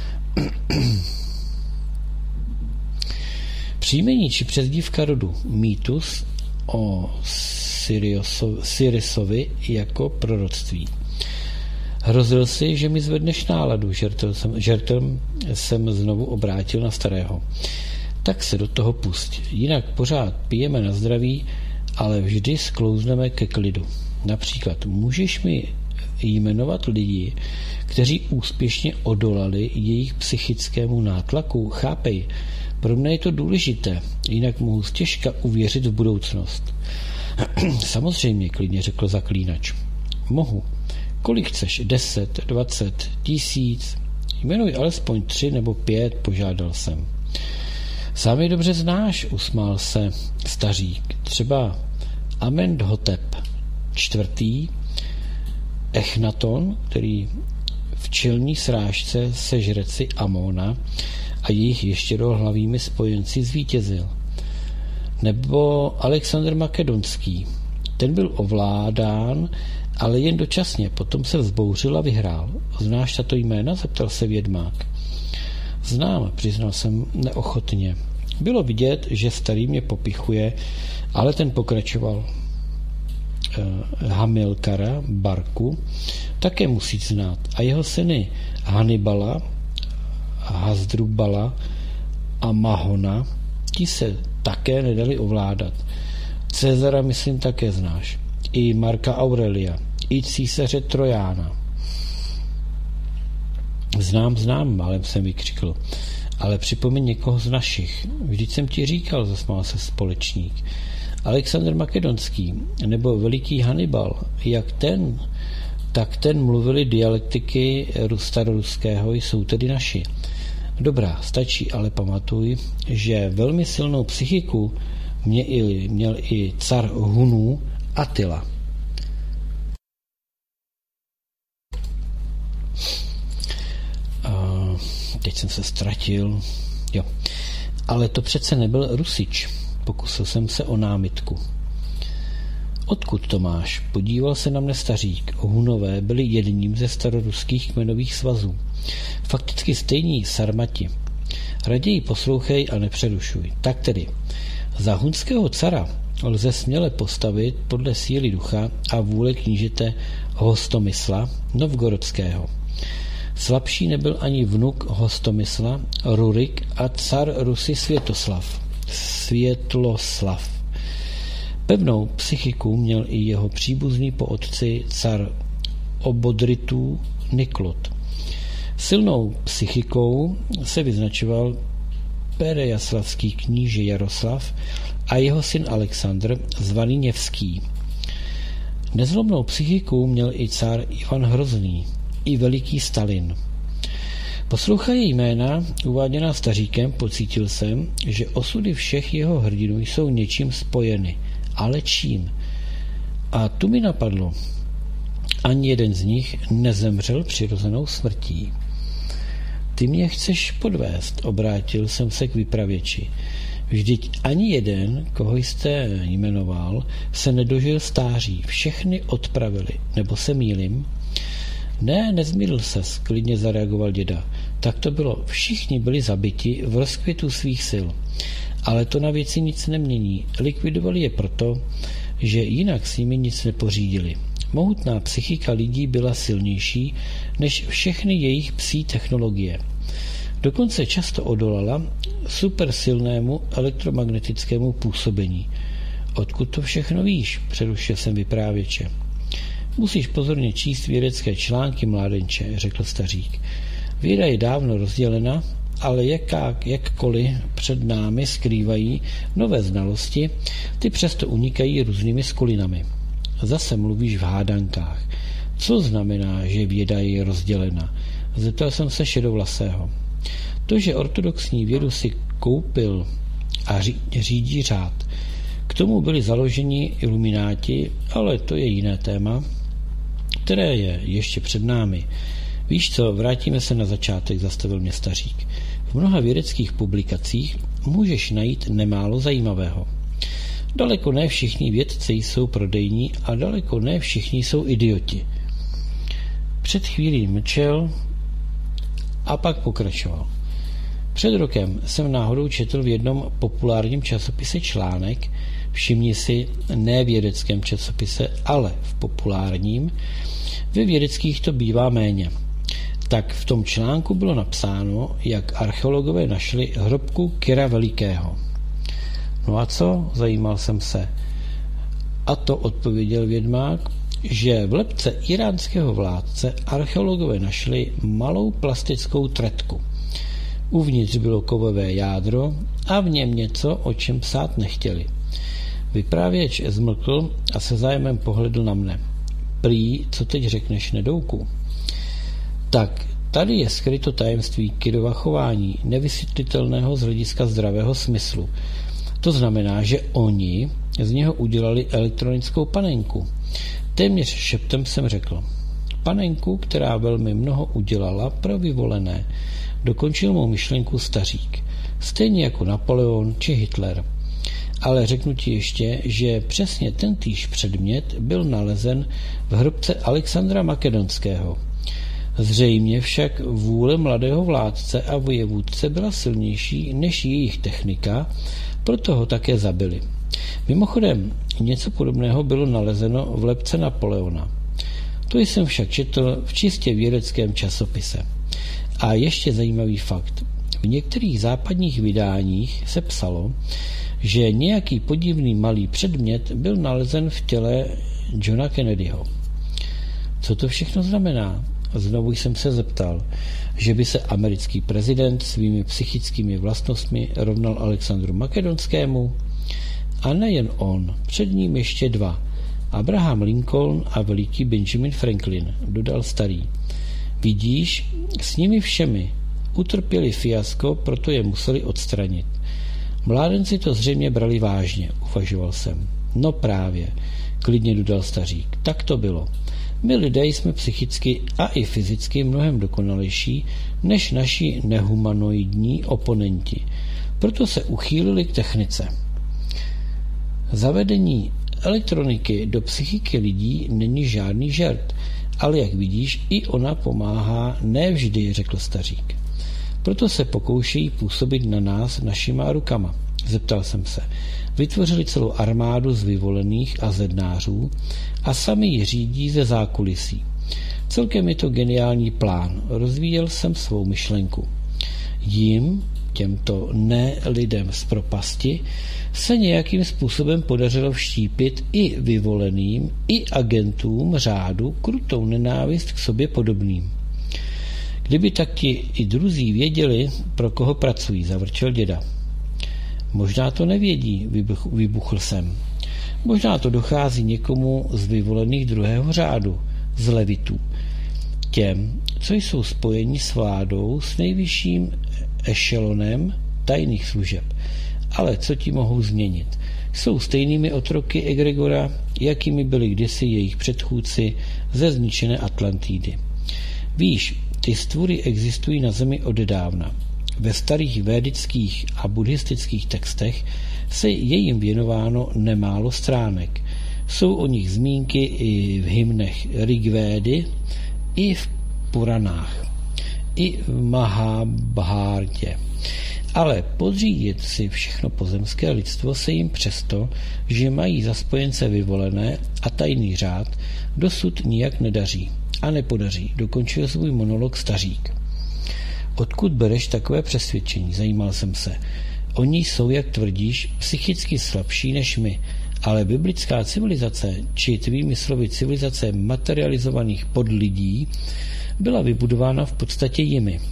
Příjmení či přezdívka rodu mýtus o Sirisovi jako proroctví. Hrozil si, že mi zvedneš náladu, žertem jsem, žertem jsem znovu obrátil na starého. Tak se do toho pusť. Jinak pořád pijeme na zdraví, ale vždy sklouzneme ke klidu. Například můžeš mi jmenovat lidi, kteří úspěšně odolali jejich psychickému nátlaku? Chápej, pro mě je to důležité, jinak mohu stěžka uvěřit v budoucnost. Samozřejmě, klidně řekl zaklínač. Mohu. Kolik chceš? Deset, dvacet, tisíc? Jmenuj alespoň tři nebo pět, požádal jsem. Sám je dobře znáš, usmál se stařík. Třeba Amenhotep čtvrtý, Echnaton, který v čelní srážce se žreci Amona a jejich ještěrohlavými spojenci zvítězil. Nebo Alexandr Makedonský. Ten byl ovládán, ale jen dočasně, potom se vzbouřil a vyhrál. Znáš tato jména? Zeptal se vědmák. Znám, přiznal jsem neochotně. Bylo vidět, že starý mě popichuje, ale ten pokračoval. Hamilkara, Barku, také musí znát. A jeho syny Hannibala, Hasdrubala a Mahona, ti se také nedali ovládat. Cezara, myslím, také znáš. I Marka Aurelia, i císaře Trojána. Znám, znám, málem jsem vykřikl. Ale připomeň někoho z našich. Vždyť jsem ti říkal, zasmál se společník. Alexandr Makedonský nebo veliký Hannibal, jak ten, tak ten mluvili dialektiky staroruského, jsou tedy naši. Dobrá, stačí, ale pamatuj, že velmi silnou psychiku mě i, měl i car Hunů Attila. A teď jsem se ztratil. Jo. Ale to přece nebyl Rusič. Pokusil jsem se o námitku. Odkud to máš? Podíval se na mne stařík. Hunové byli jedním ze staroruských kmenových svazů. Fakticky stejní sarmati. Raději poslouchej a nepřerušuj. Tak tedy, za hunského cara lze směle postavit podle síly ducha a vůle knížete Hostomysla Novgorodského. Slabší nebyl ani vnuk Hostomysla, Rurik a car Rusy Světoslav. Světloslav. Pevnou psychiku měl i jeho příbuzný po otci car Obodritů Niklot. Silnou psychikou se vyznačoval perejaslavský kníže Jaroslav a jeho syn Alexandr, zvaný Něvský. Nezlomnou psychiku měl i car Ivan Hrozný, i veliký Stalin. Poslouchají jména uváděná staříkem, pocítil jsem, že osudy všech jeho hrdinů jsou něčím spojeny. Ale čím? A tu mi napadlo. Ani jeden z nich nezemřel přirozenou smrtí. Ty mě chceš podvést, obrátil jsem se k vypravěči. Vždyť ani jeden, koho jste jmenoval, se nedožil stáří. Všechny odpravili. Nebo se mýlim? Ne, nezmýlil ses, klidně zareagoval děda. Tak to bylo. Všichni byli zabiti v rozkvětu svých sil. Ale to na věci nic nemění. Likvidovali je proto, že jinak s nimi nic nepořídili. Mohutná psychika lidí byla silnější než všechny jejich psí technologie. Dokonce často odolala supersilnému elektromagnetickému působení. Odkud to všechno víš? Přerušil jsem vyprávěče. Musíš pozorně číst vědecké články, mládenče, řekl stařík. Věda je dávno rozdělena, ale jaká, jakkoliv před námi skrývají nové znalosti, ty přesto unikají různými skulinami. Zase mluvíš v hádankách. Co znamená, že věda je rozdělena? Zeptal jsem se šedovlasého. To, že ortodoxní vědu si koupil a řídí řád. K tomu byli založeni ilumináti, ale to je jiné téma, které je ještě před námi. Víš co, vrátíme se na začátek, zastavil mě stařík. V mnoha vědeckých publikacích můžeš najít nemálo zajímavého. Daleko ne všichni vědci jsou prodejní a daleko ne všichni jsou idioti. Před chvílí mlčel a pak pokračoval. Před rokem jsem náhodou četl v jednom populárním časopise článek, všimni si, ne vědeckém časopise, ale v populárním, ve vědeckých to bývá méně. Tak v tom článku bylo napsáno, jak archeologové našli hrobku Kira Velikého. No a co? Zajímal jsem se. A to odpověděl vědmák, že v lebce iránského vládce archeologové našli malou plastickou tretku. Uvnitř bylo kovové jádro a v něm něco, o čem psát nechtěli. Vyprávěč zmlkl a se zájmem pohledl na mne. Prý, co teď řekneš, nedouku? Tak, tady je skryto tajemství Kirova chování, nevysvětlitelného z hlediska zdravého smyslu. To znamená, že oni z něho udělali elektronickou panenku. Téměř šeptem jsem řekl. Panenku, která velmi mnoho udělala pro vyvolené. Dokončil mou myšlenku stařík. Stejně jako Napoleon či Hitler. Ale řeknu ti ještě, že přesně tentýž předmět byl nalezen v hrobce Alexandra Makedonského. Zřejmě však vůle mladého vládce a vojevůdce byla silnější než jejich technika, proto ho také zabili. Mimochodem, něco podobného bylo nalezeno v lebce Napoleona. To jsem však četl v čistě vědeckém časopise. A ještě zajímavý fakt. V některých západních vydáních se psalo, že nějaký podivný malý předmět byl nalezen v těle Johna Kennedyho. Co to všechno znamená? Znovu jsem se zeptal, že by se americký prezident svými psychickými vlastnostmi rovnal Alexandru Makedonskému? A nejen on, před ním ještě dva. Abraham Lincoln a veliký Benjamin Franklin, dodal starý. Vidíš, s nimi všemi utrpěli fiasko, proto je museli odstranit. Mládenci to zřejmě brali vážně, uvažoval jsem. No právě, klidně dodal stařík, tak to bylo. My lidé jsme psychicky a i fyzicky mnohem dokonalejší než naši nehumanoidní oponenti. Proto se uchýlili k technice. Zavedení elektroniky do psychiky lidí není žádný žert, ale jak vidíš, i ona pomáhá ne vždy, řekl stařík. Proto se pokoušejí působit na nás našima rukama. Zeptal jsem se. Vytvořili celou armádu z vyvolených a zednářů a sami ji řídí ze zákulisí. Celkem je to geniální plán. Rozvíjel jsem svou myšlenku. Jim, těmto ne lidem z propasti, se nějakým způsobem podařilo vštípit i vyvoleným, i agentům řádu krutou nenávist k sobě podobným. Kdyby tak ti i druzí věděli, pro koho pracují, zavrčel děda. Možná to nevědí, vybuchl jsem. Možná to dochází někomu z vyvolených druhého řádu, z levitů. Těm, co jsou spojeni s vládou, s nejvyšším ešelonem tajných služeb. Ale co ti mohou změnit? Jsou stejnými otroky egregora, jakými byli kdysi jejich předchůdci ze zničené Atlantidy. Víš, ty stvůry existují na zemi odedávna. Ve starých védických a buddhistických textech se je jim věnováno nemálo stránek. Jsou o nich zmínky i v hymnech Rigvédy, i v Puranách, i v Mahabhártě. Ale podřídit si všechno pozemské lidstvo se jim přesto, že mají za spojence vyvolené a tajný řád, dosud nijak nedaří a nepodaří, dokončil svůj monolog stařík. Odkud bereš takové přesvědčení? Zajímal jsem se. Oni jsou, jak tvrdíš, psychicky slabší než my, ale biblická civilizace, či tvými slovy civilizace materializovaných podlidí, byla vybudována v podstatě jimi.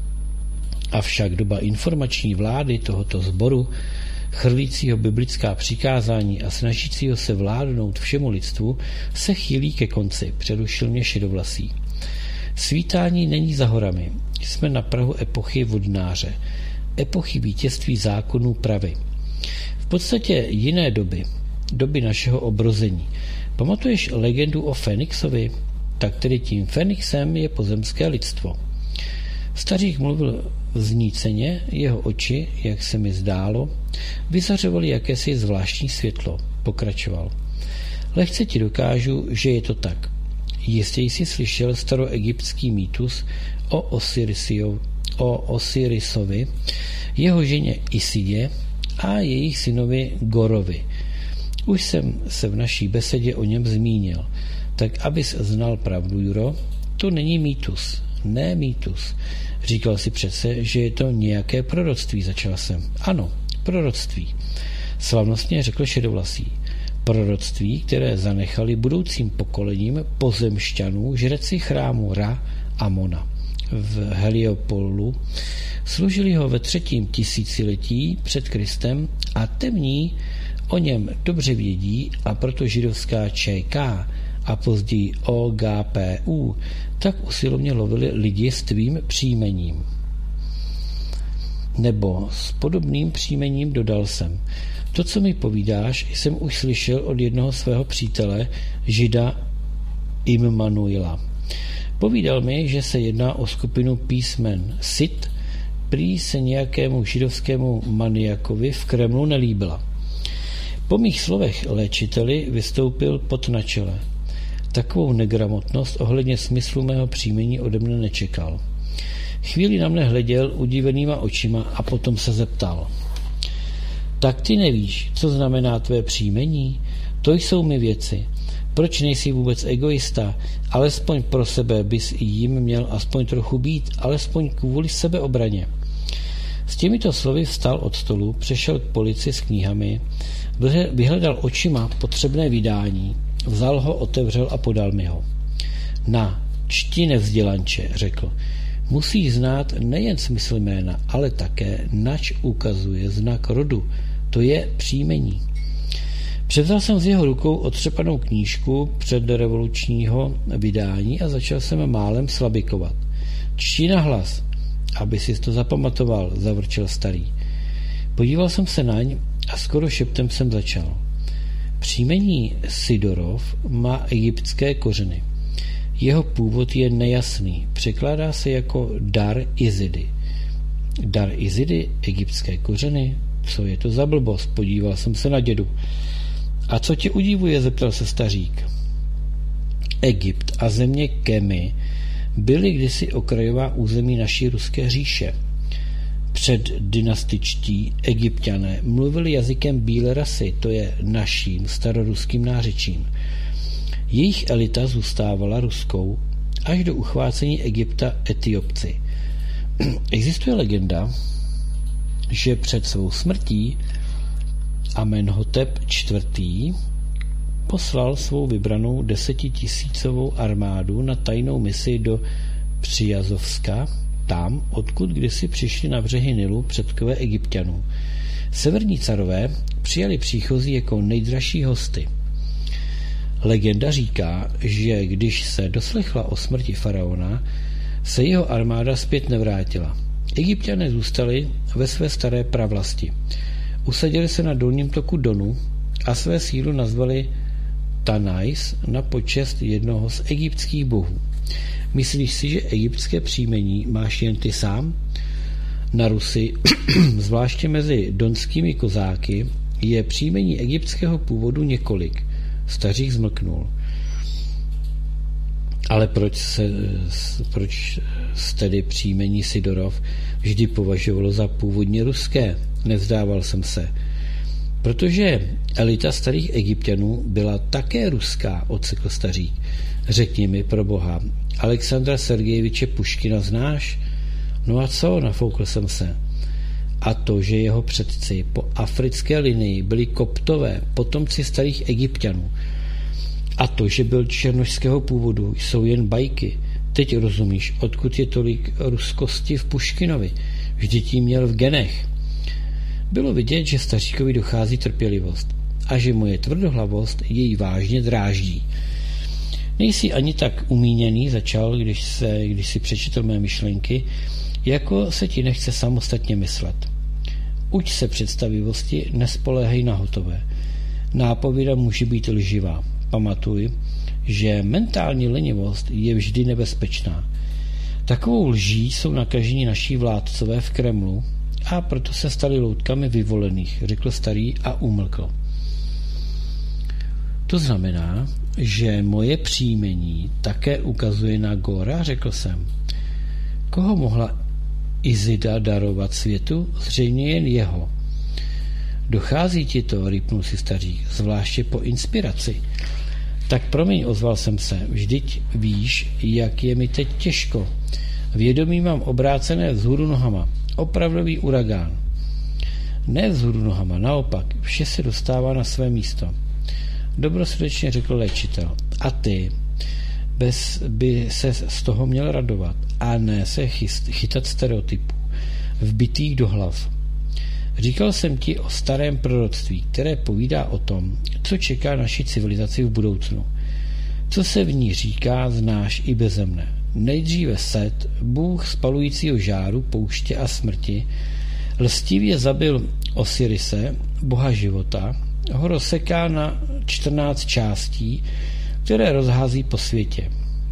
Avšak doba informační vlády tohoto sboru, chrlícího biblická přikázání a snažícího se vládnout všemu lidstvu, se chýlí ke konci, přerušil mě šedovlasý. Svítání není za horami. Jsme na prahu epochy vodnáře, epochy vítězství zákonů pravy. V podstatě jiné doby, doby našeho obrození. Pamatuješ legendu o Fénixovi? Tak tedy tím Fénixem je pozemské lidstvo. Stařík mluvil vzníceně, jeho oči, jak se mi zdálo, vyzařovaly jakési zvláštní světlo. Pokračoval. Lehce ti dokážu, že je to tak. Jistě jsi slyšel staroegyptský mýtus o, Osirisio, o Osirisovi, jeho ženě Isidě a jejich synovi Gorovi. Už jsem se v naší besedě o něm zmínil. Tak abys znal pravdu, Juro, to není mýtus. Ne mýtus. Říkal si přece, že je to nějaké proroctví, začal jsem. Ano, proroctví. Slavnostně řekl šedovlasý. Proroctví, které zanechali budoucím pokolením pozemšťanů žreci chrámu Ra Amona v Heliopolu, služili ho ve třetím tisíciletí před Kristem a temní o něm dobře vědí, a proto židovská ČK a později O G P U tak usilovně lovili lidi s tvým příjmením. Nebo s podobným příjmením, dodal jsem. To, co mi povídáš, jsem už slyšel od jednoho svého přítele, žida Immanuila. Povídal mi, že se jedná o skupinu písmen Sit, prý se nějakému židovskému maniakovi v Kremlu nelíbila. Po mých slovech léčiteli vystoupil pot na čele. Takovou negramotnost ohledně smyslu mého příjmení ode mne nečekal. Chvíli na mne hleděl udivenýma očima a potom se zeptal. Tak ty nevíš, co znamená tvé příjmení? To jsou mi věci. Proč nejsi vůbec egoista? Alespoň pro sebe bys i jim měl aspoň trochu být, alespoň kvůli sebeobraně. S těmito slovy vstal od stolu, přešel k polici s knihami, vyhledal očima potřebné vydání, vzal ho, otevřel a podal mi ho. Na, čti nevzdělanče, řekl. Musí znát nejen smysl jména, ale také, nač ukazuje znak rodu. To je příjmení. Převzal jsem z jeho rukou otřepanou knížku předrevolučního vydání a začal jsem málem slabikovat. Čti na hlas, aby si to zapamatoval, zavrčel starý. Podíval jsem se naň a skoro šeptem jsem začal. Příjmení Sidorov má egyptské kořeny. Jeho původ je nejasný. Překládá se jako dar Izidy. Dar Izidy, egyptské kořeny? Co je to za blbost? Podíval jsem se na dědu. A co tě udivuje? Zeptal se stařík. Egypt a země Kemy byly kdysi okrajová území naší ruské říše. Předdynastičtí Egypťané mluvili jazykem bílé rasy, to je naším staroruským nářečím. Jejich elita zůstávala ruskou až do uchvácení Egypta Etiopci. Existuje legenda, že před svou smrtí Amenhotep čtvrtý. poslal svou vybranou desetitisícovou armádu na tajnou misi do Přijazovska, tam, odkud kdysi přišli na břehy Nilu předkové Egypťanů. Severní carové přijali příchozí jako nejdražší hosty. Legenda říká, že když se doslechla o smrti faraona, se jeho armáda zpět nevrátila. Egypťané zůstali ve své staré pravlasti. Usadili se na dolním toku Donu a své sídlo nazvali Tanais na počest jednoho z egyptských bohů. Myslíš si, že egyptské příjmení máš jen ty sám? Na Rusy, zvláště mezi donskými kozáky, je příjmení egyptského původu několik. Stařík zmlknul. Ale proč se, proč tedy příjmení Sidorov vždy považovalo za původně ruské? Nevzdával jsem se. Protože elita starých Egypťanů byla také ruská, odsekl stařík. Řekni mi, pro boha, Alexandra Sergejeviče Puškina znáš? No a co, nafoukl jsem se. A to, že jeho předci po africké linii byli koptové, potomci starých Egypťanů. A to, že byl černošského původu, jsou jen bajky. Teď rozumíš, odkud je tolik ruskosti v Puškinovi. Vždyť jí měl v genech. Bylo vidět, že staříkovi dochází trpělivost a že moje tvrdohlavost jej vážně dráždí. Nejsi ani tak umíněný, začal, když, se, když si přečetl mé myšlenky, jako se ti nechce samostatně myslet. Uč se představivosti, nespoléhej na hotové. Nápověda může být lživá. Pamatuj, že mentální lenivost je vždy nebezpečná. Takovou lží jsou nakažení naší vládcové v Kremlu a proto se stali loutkami vyvolených, řekl starý a umlkl. To znamená, že moje příjmení také ukazuje na Góra, řekl jsem. Koho mohla Izida darovat světu? Zřejmě jen jeho. Dochází ti to, rýpnul si stařík, zvláště po inspiraci. Tak promiň, ozval jsem se, vždyť víš, jak je mi teď těžko. Vědomí mám obrácené vzhůru nohama. Opravdový uragán. Ne vzhůru nohama, naopak, vše se dostává na své místo. Dobrosrdečně řekl léčitel. A ty bez by se z toho měl radovat a ne se chyst, chytat stereotypů vbitých do hlav. Říkal jsem ti o starém proroctví, které povídá o tom, co čeká naši civilizaci v budoucnu. Co se v ní říká, znáš i beze mne. Nejdříve Set, bůh spalujícího žáru, pouště a smrti, lstivě zabil Osirise, boha života, ho rozseká na čtrnáct částí, které rozhází po světě.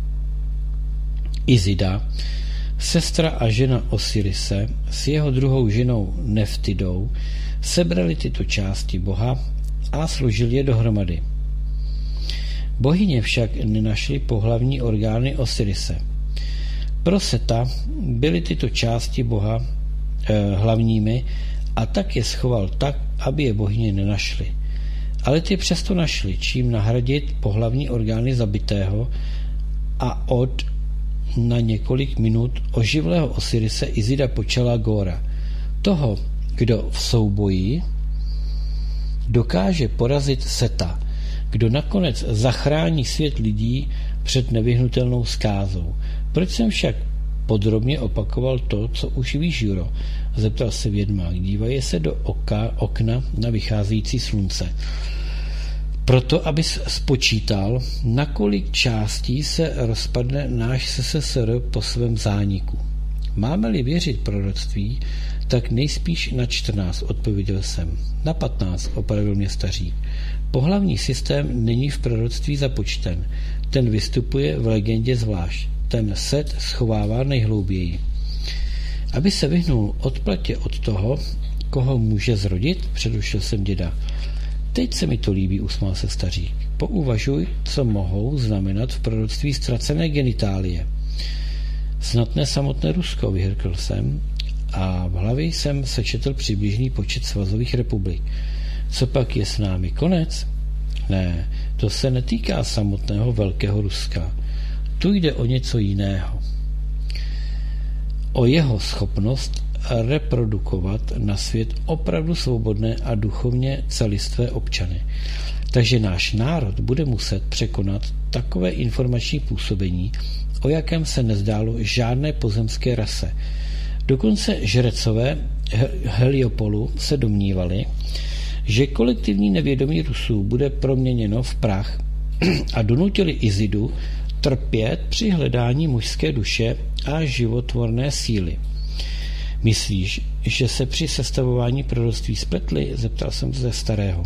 Izida, sestra a žena Osirise s jeho druhou ženou Neftidou sebrali tyto části boha a složili je dohromady. Bohyně však nenašly pohlavní orgány Osirise. Pro Seta byly tyto části boha eh, hlavními a tak je schoval tak, aby je bohyně nenašly. Ale ty přesto našli, čím nahradit pohlavní orgány zabitého a od na několik minut oživlého Osirise Izida počala Góra. Toho, kdo v souboji dokáže porazit Seta, kdo nakonec zachrání svět lidí před nevyhnutelnou zkázou. Proč jsem však podrobně opakoval to, co už víš, Juro? Zeptal se vědmák. Dívaje se do oka, okna na vycházející slunce. Proto, abys spočítal, na kolik částí se rozpadne náš S S S R po svém zániku. Máme-li věřit proroctví, tak nejspíš na čtrnáct, odpověděl jsem. Na patnáct, opravil mě stařík. Pohlavní systém není v proroctví započten. Ten vystupuje v legendě zvlášť. Ten set schovává nejhlouběji. Aby se vyhnul odplatě od toho, koho může zrodit, přerušil jsem děda. Teď se mi to líbí, usmál se stařík. Pouvažuj, co mohou znamenat v proroctví ztracené genitálie. Snad ne samotné Rusko, vyhrkl jsem, a v hlavě jsem sečetl přibližný počet svazových republik. Co pak je s námi konec? Ne, to se netýká samotného Velkého Ruska. Tu jde o něco jiného. O jeho schopnost reprodukovat na svět opravdu svobodné a duchovně celistvé občany. Takže náš národ bude muset překonat takové informační působení, o jakém se nezdálo žádné pozemské rase. Dokonce žrecové Heliopolu se domnívali, že kolektivní nevědomí Rusů bude proměněno v prach a donutili Izidu trpět při hledání mužské duše a životvorné síly. Myslíš, že se při sestavování proroctví spletli? Zeptal jsem se starého.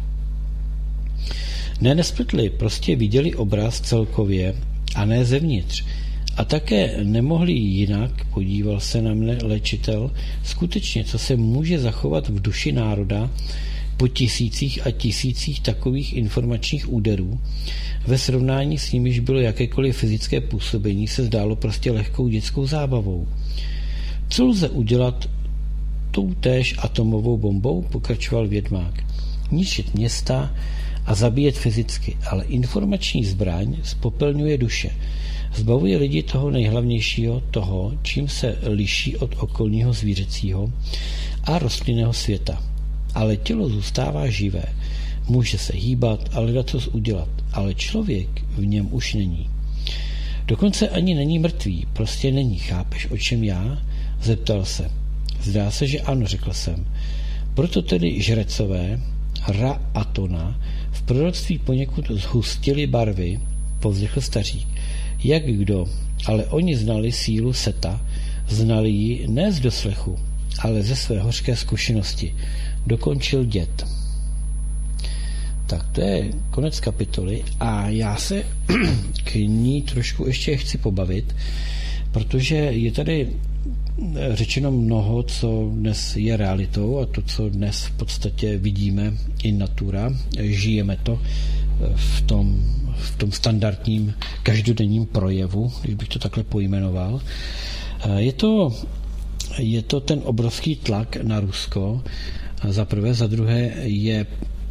Ne, nespletli, prostě viděli obraz celkově a ne zevnitř. A také nemohli jinak, podíval se na mne léčitel, skutečně, co se může zachovat v duši národa po tisících a tisících takových informačních úderů, ve srovnání s nimiž bylo jakékoliv fyzické působení, se zdálo prostě lehkou dětskou zábavou. Co lze udělat tou též atomovou bombou, pokračoval vědmák. Ničit města a zabíjet fyzicky, ale informační zbraň spopelňuje duše. Zbavuje lidi toho nejhlavnějšího, toho, čím se liší od okolního zvířecího a rostlinného světa. Ale tělo zůstává živé. Může se hýbat a ledacos udělat, ale člověk v něm už není. Dokonce ani není mrtvý, prostě není. Chápeš, o čem já? Zeptal se. Zdá se, že ano, řekl jsem. Proto tedy žrecové Ra a Tona v proroctví poněkud zhustili barvy, povzdechl stařík. Jak kdo, ale oni znali sílu Seta, znali ji ne z doslechu, ale ze své hořké zkušenosti. Dokončil děd. Tak to je konec kapitoly a já se k ní trošku ještě chci pobavit, protože je tady řečeno mnoho, co dnes je realitou a to, co dnes v podstatě vidíme in natura, žijeme to v tom, v tom standardním každodenním projevu, když bych to takhle pojmenoval. Je to, je to ten obrovský tlak na Rusko, za prvé, za druhé je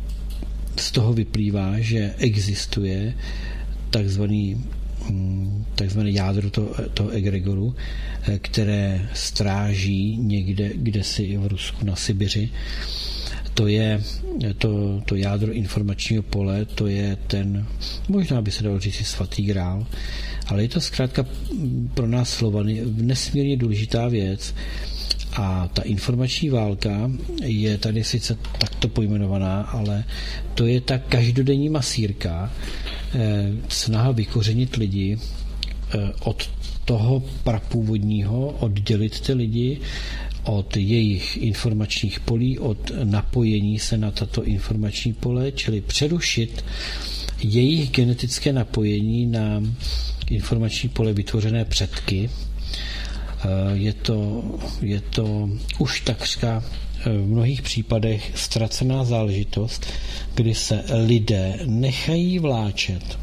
z toho vyplývá, že existuje takzvaný takzvané jádro toho, toho egregoru, které stráží někde, kdesi v Rusku na Sibiři. To je to, to jádro informačního pole, to je ten, možná by se dalo říct svatý grál, ale je to zkrátka pro nás Slovany nesmírně důležitá věc. A ta informační válka je tady sice takto pojmenovaná, ale to je ta každodenní masírka, eh, snaha vykořenit lidi eh, od toho prapůvodního, oddělit ty lidi od jejich informačních polí, od napojení se na tato informační pole, čili přerušit jejich genetické napojení na informační pole vytvořené předky. Je to, je to už takřka v mnohých případech ztracená záležitost, kdy se lidé nechají vláčet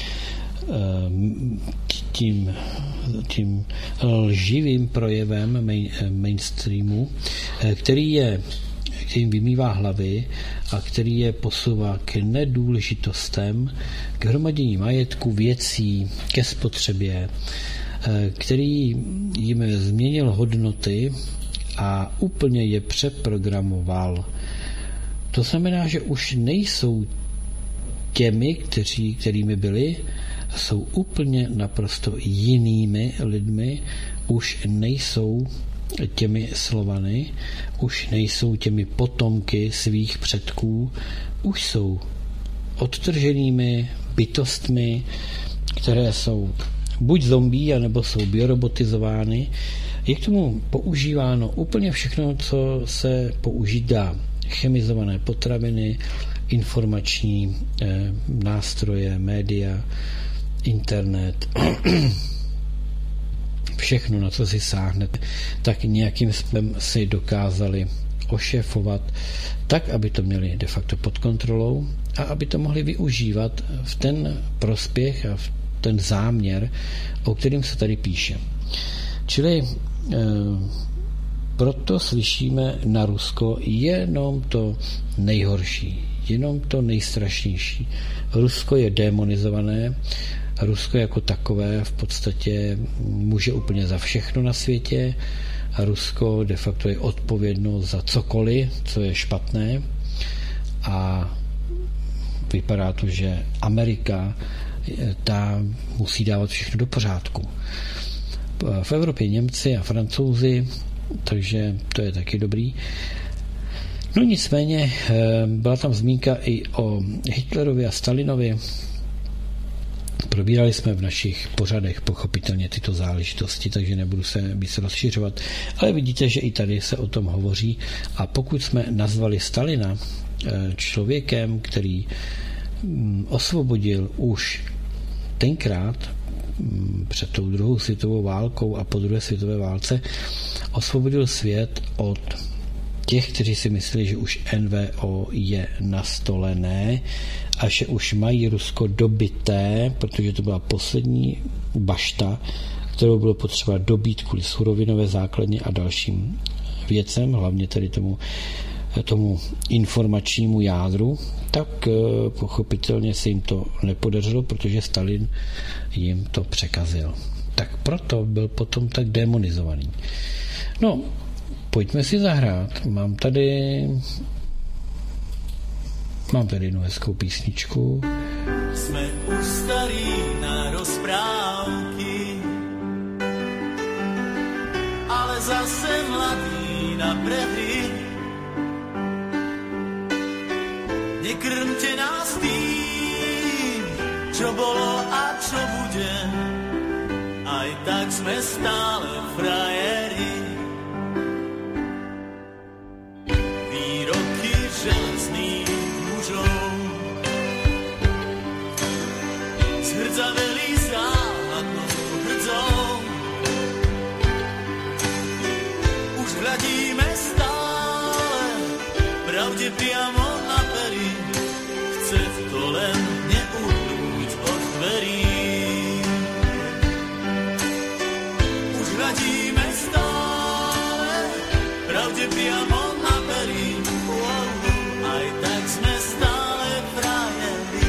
tím, tím lživým projevem main, mainstreamu, který je který jim vymývá hlavy a který je posouvá k nedůležitostem, k hromadění majetku, věcí, ke spotřebě, který jim změnil hodnoty a úplně je přeprogramoval. To znamená, že už nejsou těmi, kteří, kterými byli, jsou úplně naprosto jinými lidmi, už nejsou těmi Slovany, už nejsou těmi potomky svých předků, už jsou odtrženými bytostmi, které jsou buď zombie, anebo jsou biorobotizovány. Je k tomu používáno úplně všechno, co se použít dá. Chemizované potraviny, informační eh, nástroje, média, internet, všechno, na co si sáhnete, tak nějakým způsobem si dokázali ošefovat tak, aby to měli de facto pod kontrolou a aby to mohli využívat v ten prospěch a v ten záměr, o kterým se tady píše. Čili e, proto slyšíme na Rusko jenom to nejhorší, jenom to nejstrašnější. Rusko je démonizované, Rusko jako takové v podstatě může úplně za všechno na světě a Rusko de facto je odpovědno za cokoliv, co je špatné a vypadá to, že Amerika ta musí dávat všechno do pořádku. V Evropě Němci a Francouzi, takže to je taky dobrý. No nicméně byla tam zmínka i o Hitlerovi a Stalinovi. Probírali jsme v našich pořadech pochopitelně tyto záležitosti, takže nebudu se víc rozšiřovat, ale vidíte, že i tady se o tom hovoří a pokud jsme nazvali Stalina člověkem, který osvobodil už tenkrát před tou druhou světovou válkou a po druhé světové válce osvobodil svět od těch, kteří si mysleli, že už N V O je nastolené a že už mají Rusko dobité, protože to byla poslední bašta, kterou bylo potřeba dobít kvůli surovinové základně a dalším věcem, hlavně tedy tomu, tomu informačnímu jádru, tak pochopitelně se jim to nepodařilo, protože Stalin jim to překazil. Tak proto byl potom tak demonizovaný. No, pojďme si zahrát. Mám tady mám tady jednu hezkou písničku. Jsme už starí na rozprávky, ale zase mladí na brehy. Nekrmte nás tým, čo bolo a čo bude, aj tak sme stále frajeri. Výroky železných mužov zhrdzaveli záhadnou hrdzou. Už hľadíme stále pravde priamo na pery, chce to len neuhnúť od dverí. Už hľadíme stále pravde priamo na pery, aj tak sme stále frajeri.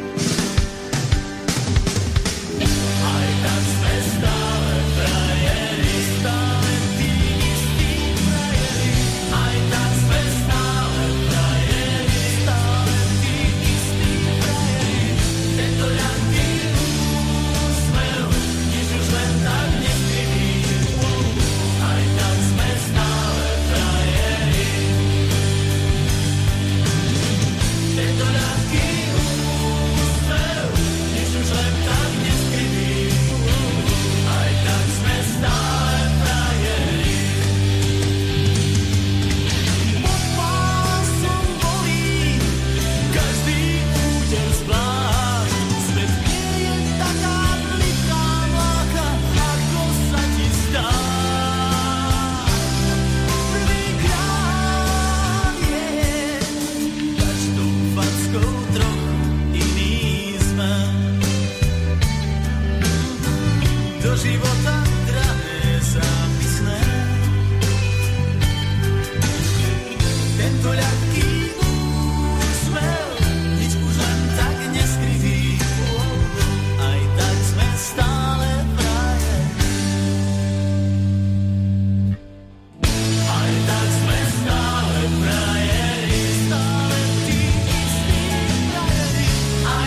Aj tak sme stále frajeri, stále tí istí frajeri. Aj tak sme stále frajeri, stále tí istí frajeri. Tento ľahký úsmev, nič už len tak neskryví. Aj tak sme stále frajeri. Tento ľahký úsmev, nič už len tak neskryví. Aj tak sme stále frajeri. Pod pásom bolí každý úder zvlášť. Svet nie je taká pliká mláka, ako sa ti zdá. Prvýkrát je každou fackou trochu iný sme. Do života drahé zápisné. Tento ľahký úsmev, nič už len tak neskryví. Aj tak sme stále frajeri. Aj tak sme stále frajeri, stále tí istí frajeri. Aj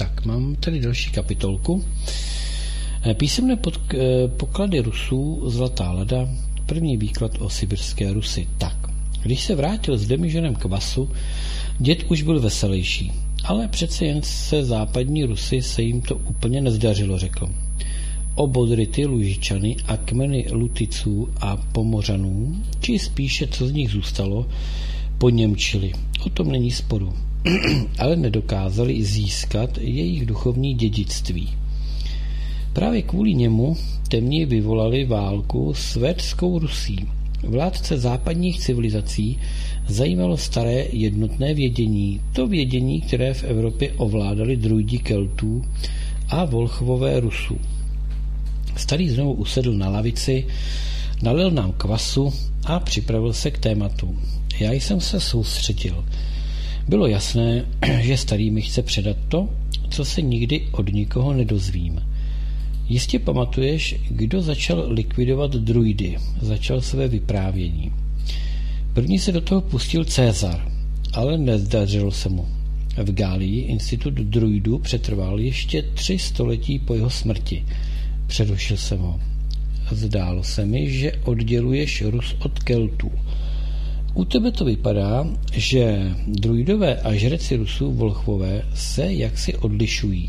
Tak, mám tady další kapitolku. Písemné pod, poklady Rusů Zlatá Lada, první výklad o sibirské Rusy. Tak, když se vrátil s demižonem kvasu, děd už byl veselější, ale přece jen se západní Rusy se jim to úplně nezdařilo, řekl. O Bodryty, Lužičany a kmeny Luticů a Pomořanů, či spíše, co z nich zůstalo, poněmčili. O tom není sporu, ale nedokázali získat jejich duchovní dědictví. Právě kvůli němu temní vyvolali válku s Védskou Rusí. Vládce západních civilizací zajímalo staré jednotné vědění, to vědění, které v Evropě ovládali druidi Keltů a volchvové Rusů. Starý znovu usedl na lavici, nalil nám kvasu a připravil se k tématu. Já jsem se soustředil. Bylo jasné, že starý mi chce předat to, co se nikdy od nikoho nedozvím. Jistě pamatuješ, kdo začal likvidovat druidy, začal své vyprávění. První se do toho pustil César, ale nezdařilo se mu. V Gálii institut druidů přetrval ještě tři století po jeho smrti. Přerušil jsem ho. Zdálo se mi, že odděluješ Rus od Keltů. U tebe to vypadá, že druidové a žreci Rusů volchvové se jaksi odlišují.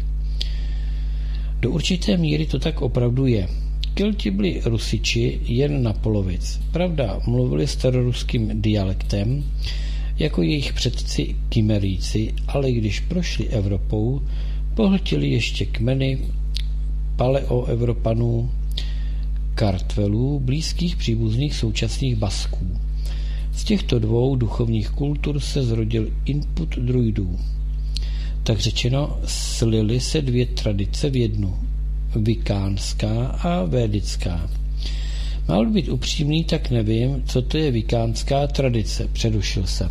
Do určité míry to tak opravdu je. Kelti byli Rusiči jen na polovic. Pravda, mluvili staroruským dialektem, jako jejich předci Kymerijci, ale když prošli Evropou, pohltili ještě kmeny paleoevropanů, kartvelů, blízkých příbuzných současných Basků. Z těchto dvou duchovních kultur se zrodil input druidů. Tak řečeno, slily se dvě tradice v jednu, vikánská a védická. Mal být upřímný, tak nevím, co to je vikánská tradice, přerušil jsem.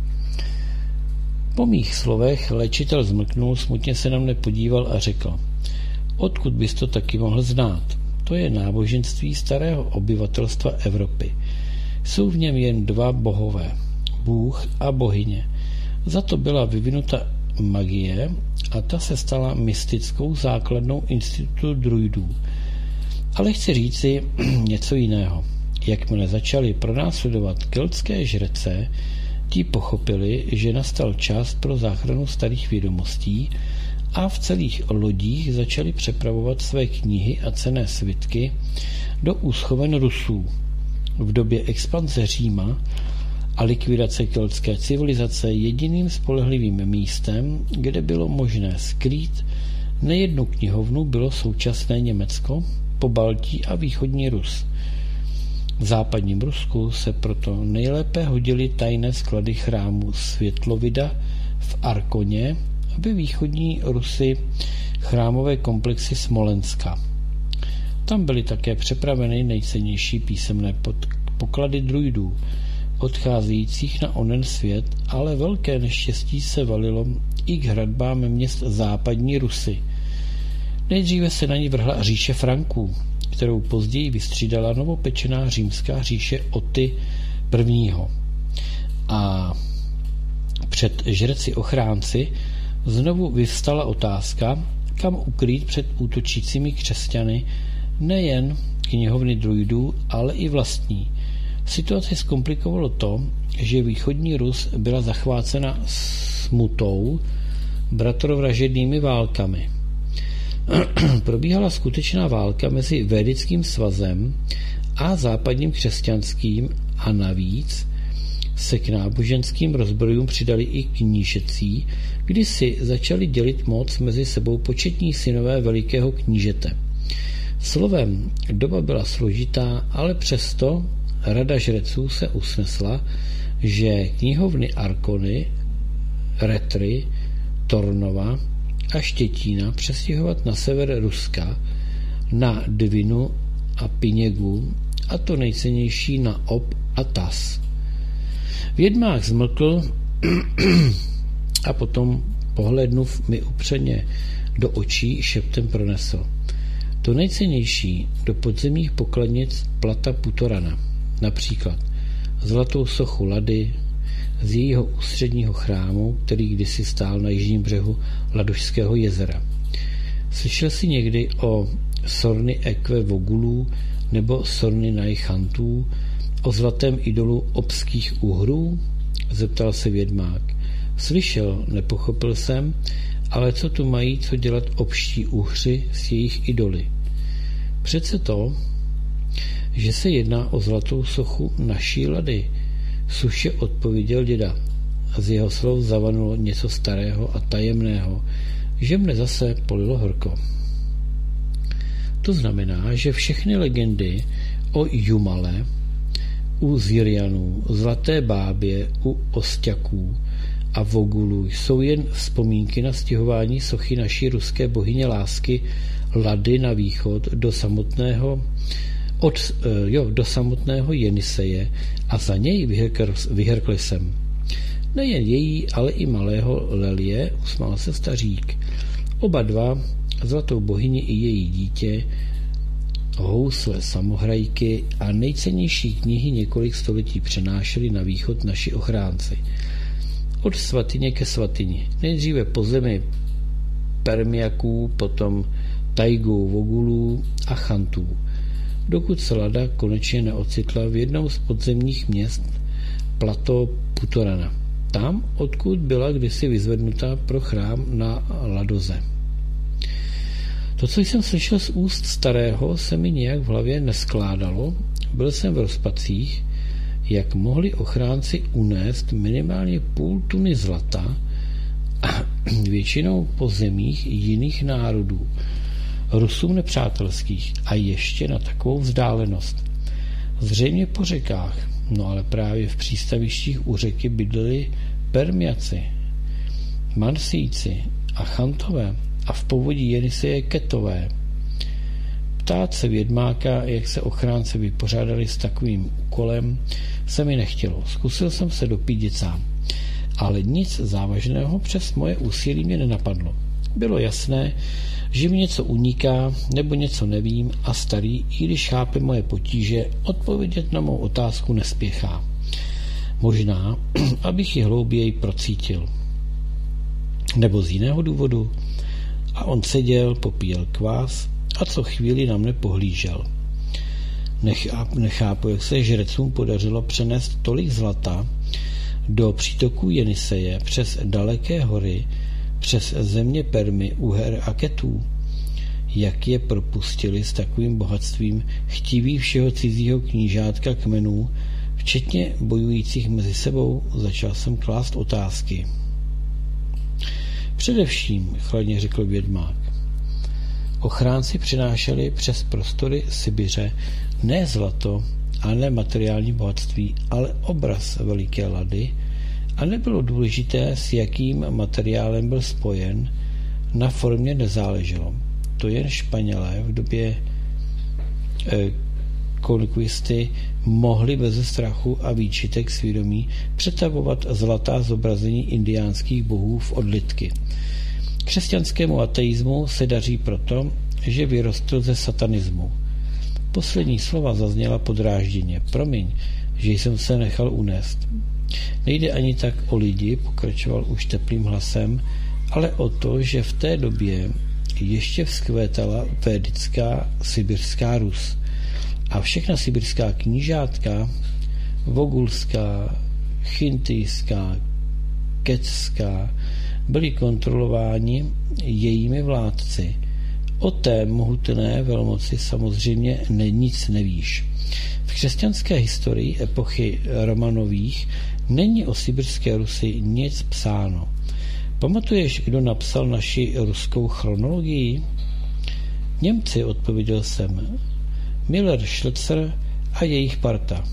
Po mých slovech léčitel zmlknul, smutně se na mne podíval a řekl: odkud bys to taky mohl znát? To je náboženství starého obyvatelstva Evropy. Jsou v něm jen dva bohové, Bůh a bohyně. Za to byla vyvinuta magie a ta se stala mystickou základnou institutu druidů. Ale chci říci něco jiného. Jakmile začali pronásledovat keltské žrece, ti pochopili, že nastal čas pro záchranu starých vědomostí a v celých lodích začali přepravovat své knihy a cenné svitky do úschoven Rusů. V době expanze Říma a likvidace keltské civilizace jediným spolehlivým místem, kde bylo možné skrýt nejednu knihovnu, bylo současné Německo, Pobaltí a východní Rus. V západním Rusku se proto nejlépe hodily tajné sklady chrámu Světlovida v Arkoně a ve východní Rusy chrámové komplexy Smolenska. Tam byly také přepraveny nejcennější písemné pod, poklady druidů, odcházejících na onen svět, ale velké neštěstí se valilo i k hradbám měst západní Rusy. Nejdříve se na ní vrhla říše Franků, kterou později vystřídala novopečená římská říše Oty prvního. A před žreci ochránci znovu vyvstala otázka, kam ukrýt před útočícími křesťany nejen knihovny druidů, ale i vlastní. Situaci zkomplikovalo to, že východní Rus byla zachvácena smutou, bratrovražednými válkami. Probíhala skutečná válka mezi Védickým svazem a západním křesťanským a navíc se k náboženským rozbrojům přidali i knížecí, kdy si začali dělit moc mezi sebou početní synové velikého knížete. Slovem, doba byla složitá, ale přesto rada žreců se usnesla, že knihovny Arkony, Retry, Tornova a Štětína přestěhovat na sever Ruska, na Dvinu a Piněgu, a to nejcennější na Ob a Tas. Vědmák zmlkl a potom, pohlednuv mi upřeně do očí, šeptem pronesl: to nejcennější do podzemních pokladnic Plata Putorana, například zlatou sochu Lady, z jejího ústředního chrámu, který kdysi stál na jižním břehu Ladošského jezera. Slyšel jsi někdy o Sorny Ekve Vogulů nebo Sorny Najchantů, o zlatém idolu obských Uhrů? Zeptal se vědmák. Slyšel, nepochopil jsem, ale co tu mají co dělat obští Uhři s jejich idoly? Přece to, že se jedná o zlatou sochu naší Lady, suše odpověděl děda. Z jeho slov zavanulo něco starého a tajemného, že mne zase polilo horko. To znamená, že všechny legendy o Jumale, u Zirjanů, Zlaté bábě, u Osťaků a Vogulů jsou jen vzpomínky na stěhování sochy naší ruské bohyně lásky Lady na východ do samotného od, jo, do samotného Jeniseje a za něj vyhrkl jsem. Nejen její, ale i malého Lelie, usmál se stařík. Oba dva, zlatou bohyni i její dítě, housle samohrajky a nejcennější knihy několik století přenášeli na východ naši ochránci. Od svatyně ke svatyni. Nejdříve po zemi Permiaků, potom tajgou Vogulů a Chantů, dokud se Lada konečně neocitla v jednom z podzemních měst plato Putorana. Tam, odkud byla kdysi vyzvednuta pro chrám na Ladoze. To, co jsem slyšel z úst starého, se mi nějak v hlavě neskládalo. Byl jsem v rozpacích, jak mohli ochránci unést minimálně půl tuny zlata a většinou po zemích jiných národů, Rusům nepřátelských a ještě na takovou vzdálenost. Zřejmě po řekách, no ale právě v přístavištích u řeky bydleli Permiaci, Mansíci a Chantové a v povodí Jeniseje Ketové. Ptát se vědmáka, jak se ochránci vypořádali s takovým úkolem, se mi nechtělo. Zkusil jsem se dopídit sám. Ale nic závažného přes moje úsilí mě nenapadlo. Bylo jasné, že mi něco uniká nebo něco nevím a starý, i když chápe moje potíže, odpovědět na mou otázku nespěchá. Možná, abych ji hlouběji procítil. Nebo z jiného důvodu. A on seděl, popíjel kvás a co chvíli na mne pohlížel. Nechápu, nechápu, jak se žrecům podařilo přenést tolik zlata do přítoků Jeniseje přes daleké hory, přes země Permy, Uher a Ketů. Jak je propustili s takovým bohatstvím chtiví všeho cizího knížátka kmenů, včetně bojujících mezi sebou, začal jsem klást otázky. Především, chladně řekl vědmák, ochránci přinášeli přes prostory Sibiře ne zlato a ne materiální bohatství, ale obraz veliké Lady a nebylo důležité, s jakým materiálem byl spojen, na formě nezáleželo. To jen Španělé v době eh, konkvisty mohli bez strachu a výčitek svědomí přetavovat zlatá zobrazení indiánských bohů v odlitky. Křesťanskému ateismu se daří proto, že vyrostl ze satanismu. Poslední slova zazněla podrážděně. Promiň, že jsem se nechal unést. Nejde ani tak o lidi, pokračoval už teplým hlasem, ale o to, že v té době ještě vzkvétala védická sibirská Rus. A všechna sibirská knížátka, vogulská, chintijská, ketská, byli kontrolováni jejími vládci. O té mohutné velmoci samozřejmě ne, nic nevíš. V křesťanské historii epochy Romanových není o sibirské Rusi nic psáno. Pamatuješ, kdo napsal naši ruskou chronologii? Němci, odpověděl jsem. Miller, Schlitzer a jejich parta.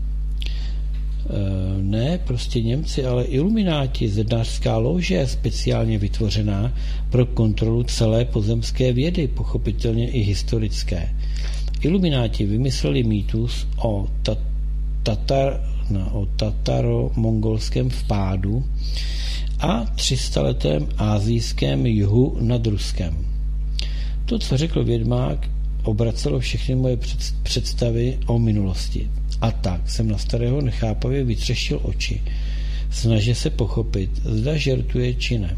E, ne, prostě Němci, ale ilumináti, zednářská lože, speciálně vytvořená pro kontrolu celé pozemské vědy, pochopitelně i historické. Ilumináti vymysleli mýtus o, ta, tatar, no, o tataro-mongolském vpádu a třistaletém asijském jihu nad Ruskem. To, co řekl vědmák, obracelo všechny moje představy o minulosti. A tak jsem na starého nechápavě vytřeštil oči. snaží se pochopit, zda žertuje či ne.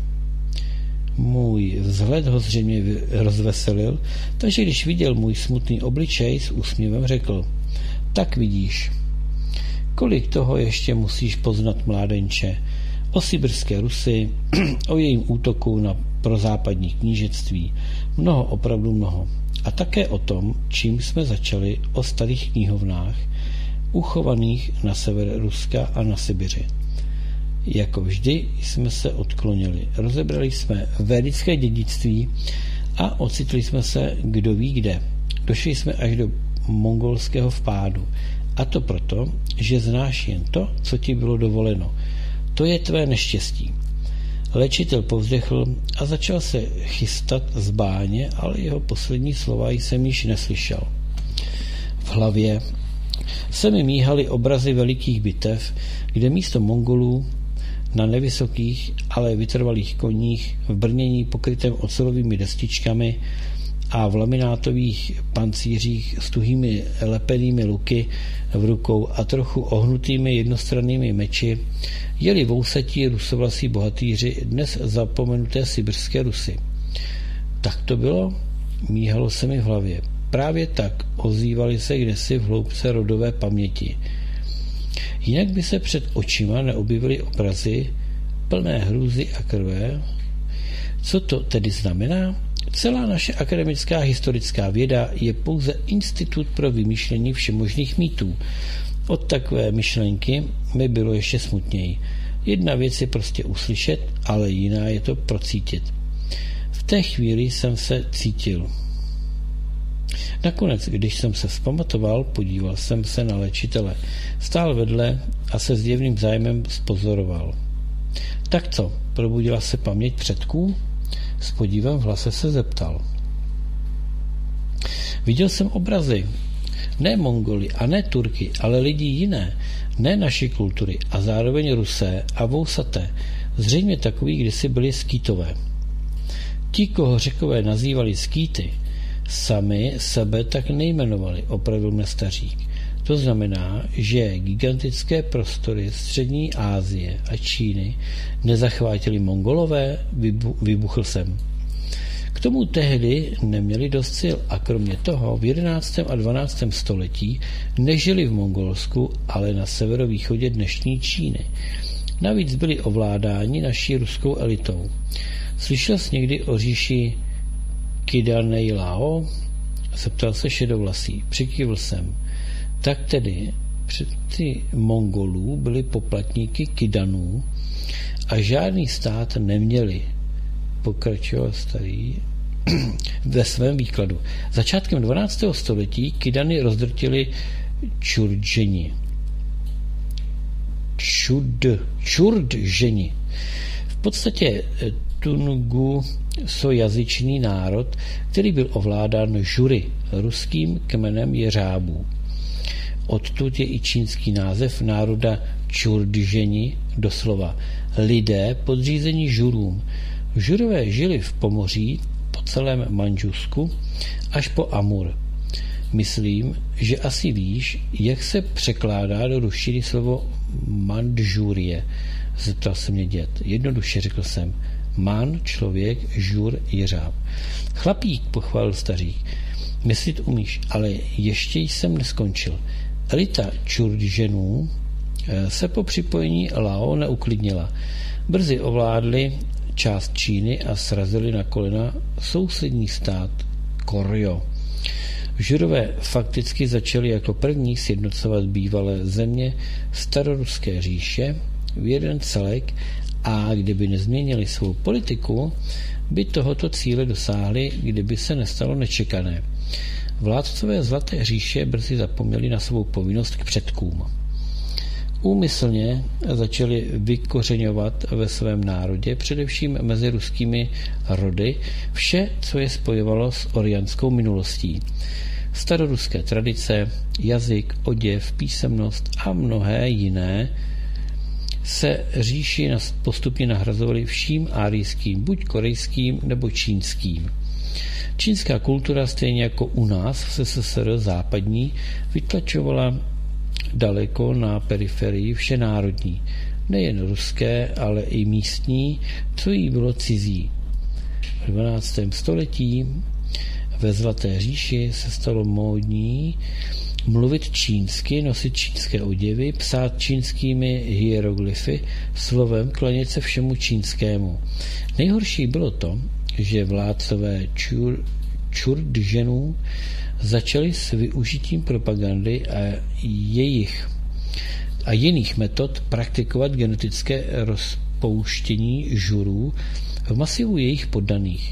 Můj vzhled ho zřejmě rozveselil, takže když viděl můj smutný obličej, s úsměvem řekl: tak vidíš, kolik toho ještě musíš poznat, mládenče, o sibirské Rusy, o jejím útoku na prozápadní knížectví, mnoho, opravdu mnoho. A také o tom, čím jsme začali, o starých knihovnách, uchovaných na sever Ruska a na Sibiři. Jako vždy jsme se odklonili. Rozebrali jsme védické dědictví a ocitli jsme se kdo ví kde. Došli jsme až do mongolského vpádu. A to proto, že znáš jen to, co ti bylo dovoleno. To je tvé neštěstí. Léčitel povzdechl a začal se chystat z báně, ale jeho poslední slova jsem již neslyšel. V hlavě se mi míhaly obrazy velikých bitev, kde místo Mongolů na nevysokých, ale vytrvalých koních v brnění pokrytém ocelovými destičkami a v laminátových pancířích s tuhými lepenými luky v rukou a trochu ohnutými jednostrannými meči jeli vousatí rusovlasí bohatýři dnes zapomenuté sibirské Rusy. Tak to bylo? Míhalo se mi v hlavě. Právě tak ozývali se kdesi v hloubce rodové paměti. Jinak by se před očima neobjevily obrazy plné hrůzy a krve. Co to tedy znamená? Celá naše akademická historická věda je pouze institut pro vymýšlení všemožných mýtů. Od takové myšlenky mi bylo ještě smutněji. Jedna věc je prostě uslyšet, ale jiná je to procítit. V té chvíli jsem se cítil. Nakonec, když jsem se vzpamatoval, podíval jsem se na léčitele. Stál vedle a se zjevným zájmem zpozoroval. Tak co, probudila se paměť předků? S podívem v hlase se zeptal. Viděl jsem obrazy. Ne Mongoly a ne Turky, ale lidi jiné, ne naší kultury a zároveň Rusé a vousaté, zřejmě takový kdysi byli skýtové. Ti, koho Řekové nazývali skýty, sami sebe tak nejmenovali, opravil mě stařík. To znamená, že gigantické prostory střední Asie a Číny nezachvátili Mongolové, vybuchl jsem. K tomu tehdy neměli dost sil a kromě toho v jedenáctém a dvanáctém století nežili v Mongolsku, ale na severovýchodě dnešní Číny. Navíc byli ovládáni naší ruskou elitou. Slyšel jsi někdy o říši Kidanejlao? Zeptal se šedovlasý. Přikývl jsem. Tak tedy před ty Mongolů byli poplatníky Kidanů a žádný stát neměli. Pokračoval starý ve svém výkladu. Začátkem dvanáctého století Kidany rozdrtili Čurdženi. Čud, Čurdženi. V podstatě Tungu sojazyčný národ, který byl ovládán Žury, ruským kmenem jeřábů. Odtud je i čínský název národa Čurdženi, doslova lidé podřízení Žurům. Žurové žili v Pomoří po celém Mandžusku až po Amur. Myslím, že asi víš, jak se překládá do ruštiny slovo Mandžurie. Zeptal se mě děd. Jednoduše řekl jsem. Man, člověk, žur, jeřáb. Chlapík, pochválil stařík. Myslit umíš, ale ještě jsem neskončil. Elita Čurdženů se po připojení Lao neuklidnila. Brzy ovládli část Číny a srazili na kolena sousední stát Korjo. Žurové fakticky začali jako první sjednocovat bývalé země staroruské říše v jeden celek a kdyby nezměnili svou politiku, by tohoto cíle dosáhli, kdyby se nestalo nečekané. Vládcové Zlaté říše brzy zapomněli na svou povinnost k předkům. Úmyslně začali vykořeňovat ve svém národě, především mezi ruskými rody, vše, co je spojovalo s orientskou minulostí. Staroruské tradice, jazyk, oděv, písemnost a mnohé jiné se říši postupně nahrazovaly vším árijským, buď korejským nebo čínským. Čínská kultura, stejně jako u nás v S S S R západní, vytlačovala daleko na periferii vše národní. nejen ruské, ale i místní, co jí bylo cizí. V dvanáctém století ve Zlaté říši se stalo módní mluvit čínsky, nosit čínské oděvy, psát čínskými hieroglyfy, slovem klanět se všemu čínskému. Nejhorší bylo to, že vládcové čur, čurdženů začali s využitím propagandy a jejich a jiných metod praktikovat genetické rozpouštění žurů v masivu jejich poddaných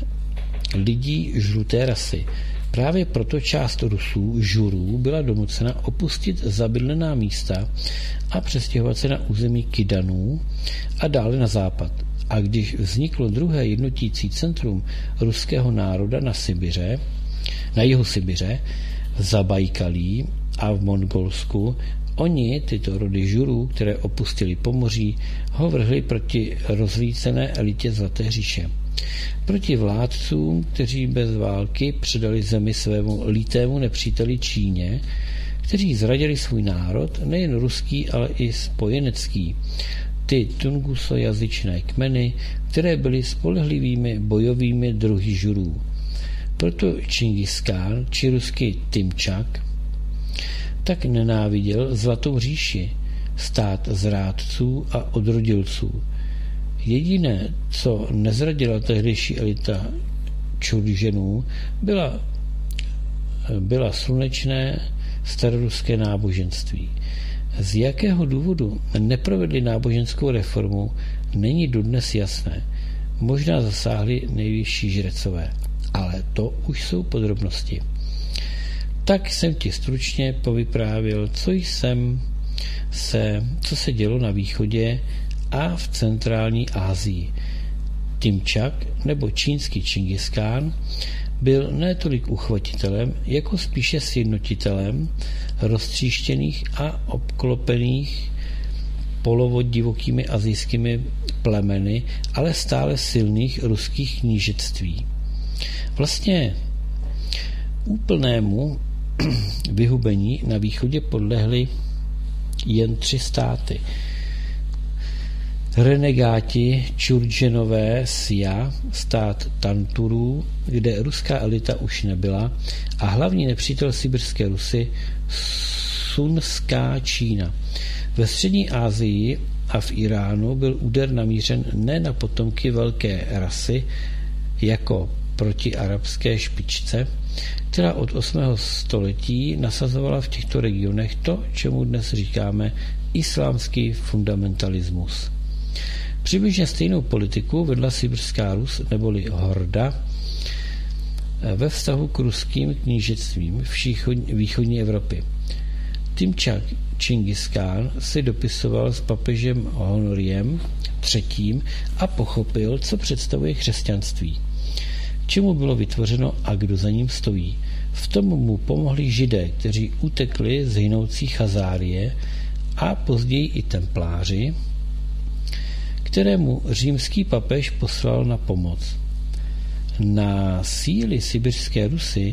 lidí žluté rasy. Právě proto část Rusů, žurů, byla donucena opustit zabydlená místa a přestěhovat se na území Kydanů a dále na západ. A když vzniklo druhé jednotící centrum ruského národa na Sibiře, na jihu Sibiře, v Zabajkalí a v Mongolsku, oni, tyto rody žurů, které opustili Pomoří, ho vrhli proti rozlícené elitě Zlaté říše. Proti vládcům, kteří bez války předali zemi svému lítému nepříteli Číně, kteří zradili svůj národ, nejen ruský, ale i spojenecký, ty tungusojazyčné kmeny, které byly spolehlivými bojovými druhy žurů. Proto Čingiskán, či ruský Tymčak, tak nenáviděl Zlatou říši, stát zrádců a odrodilců. Jediné, co nezradila tehdejší elita čurdženů, byla, byla slunečné staroruské náboženství. Z jakého důvodu neprovedli náboženskou reformu, není dodnes jasné. Možná zasáhli nejvyšší žrecové, ale to už jsou podrobnosti. Tak jsem ti stručně povyprávěl, co jsem se, co se dělo na východě a v centrální Asii. Tymčak nebo čínský Čingiskán byl ne tolik uchvatitelem, jako spíše sjednotitelem roztříštěných a obklopených polovodivokými asijskými plemeny, ale stále silných ruských knížectví. Vlastně úplnému vyhubení na východě podlehly jen tři státy. Renegáti Čurdženové Sia, stát Tanturů, kde ruská elita už nebyla, a hlavní nepřítel sibirské Rusy Sunská Čína. Ve střední Asii a v Iránu byl úder namířen ne na potomky velké rasy, jako proti arabské špičce, která od osmého století nasazovala v těchto regionech to, čemu dnes říkáme islámský fundamentalismus. Přibližně stejnou politiku vedla sibirská Rus neboli Horda ve vztahu k ruským knížectvím v východní Evropě. Tymčak Čingiskán si dopisoval s papežem Honoriem třetím a pochopil, co představuje křesťanství, čemu bylo vytvořeno a kdo za ním stojí. V tom mu pomohli Židé, kteří utekli z hynoucí Chazárie, a později i templáři, kterému římský papež poslal na pomoc. Na síly sibirské Rusy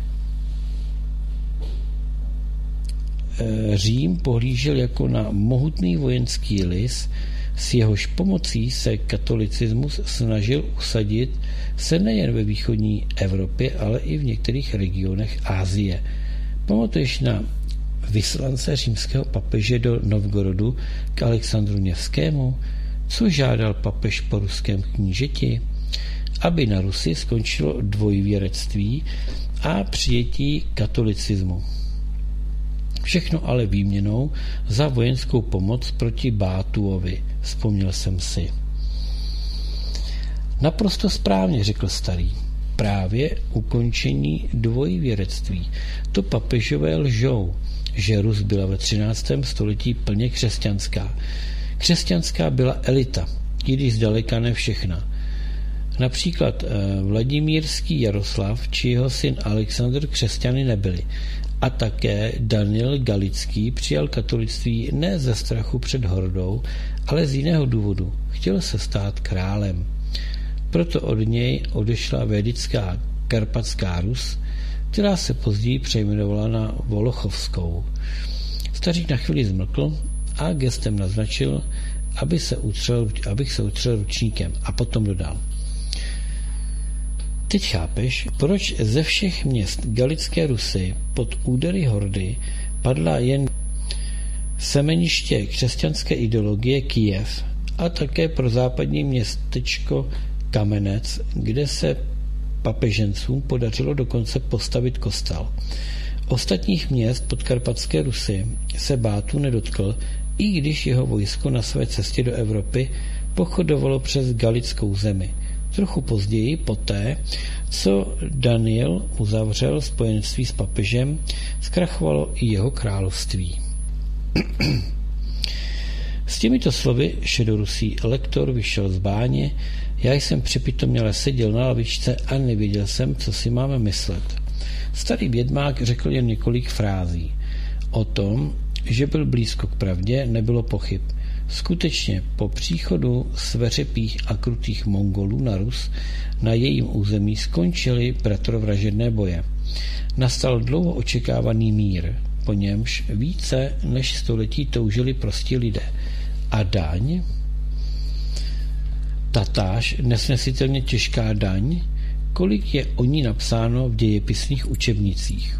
Řím pohlížel jako na mohutný vojenský lis, s jehož pomocí se katolicismus snažil usadit se nejen ve východní Evropě, ale i v některých regionech Asie. Pamatuješ na vyslance římského papeže do Novgorodu k Alexandru Nevskému, co žádal papež po ruském knížeti? Aby na Rusi skončilo dvojvěrectví a přijetí katolicismu. Všechno ale výměnou za vojenskou pomoc proti Bátuovi, vzpomněl jsem si. Naprosto správně, řekl starý. Právě ukončení dvojvěrectví. To papežové lžou, že Rus byla ve třináctém století plně křesťanská. Křesťanská byla elita, i když zdaleka ne všechna. Například Vladimírský Jaroslav či jeho syn Alexandr křesťany nebyli. A také Daniel Galický přijal katolictví ne ze strachu před Hordou, ale z jiného důvodu. Chtěl se stát králem. Proto od něj odešla védická Karpatská Rus, která se později přejmenovala na Volochovskou. Stařík na chvíli zmlkl a gestem naznačil, aby se utřel, abych se utřel ručníkem, a potom dodal. Teď chápeš, proč ze všech měst Galické Rusy pod údery hordy padla jen semeniště křesťanské ideologie Kyjev a také pro západní městečko Kamenec, kde se papežencům podařilo dokonce postavit kostel. Ostatních měst podkarpatské Rusy se Bátu nedotkl, i když jeho vojsko na své cestě do Evropy pochodovalo přes galickou zemi. Trochu později, poté, co Daniel uzavřel spojenectví s papežem, zkrachovalo i jeho království. S těmito slovy šedorusý lektor vyšel z báně, já jsem připitoměle seděl na lavičce a nevěděl jsem, co si máme myslet. Starý vědmák řekl jen několik frází. O tom, že byl blízko k pravdě, nebylo pochyb. Skutečně po příchodu sveřepých a krutých Mongolů na Rus na jejím území skončily bratrovražedné boje. Nastal dlouho očekávaný mír, po němž více než století toužili prostí lidé. A daň? Tatáž nesnesitelně těžká daň, kolik je o ní napsáno v dějepisných učebnicích.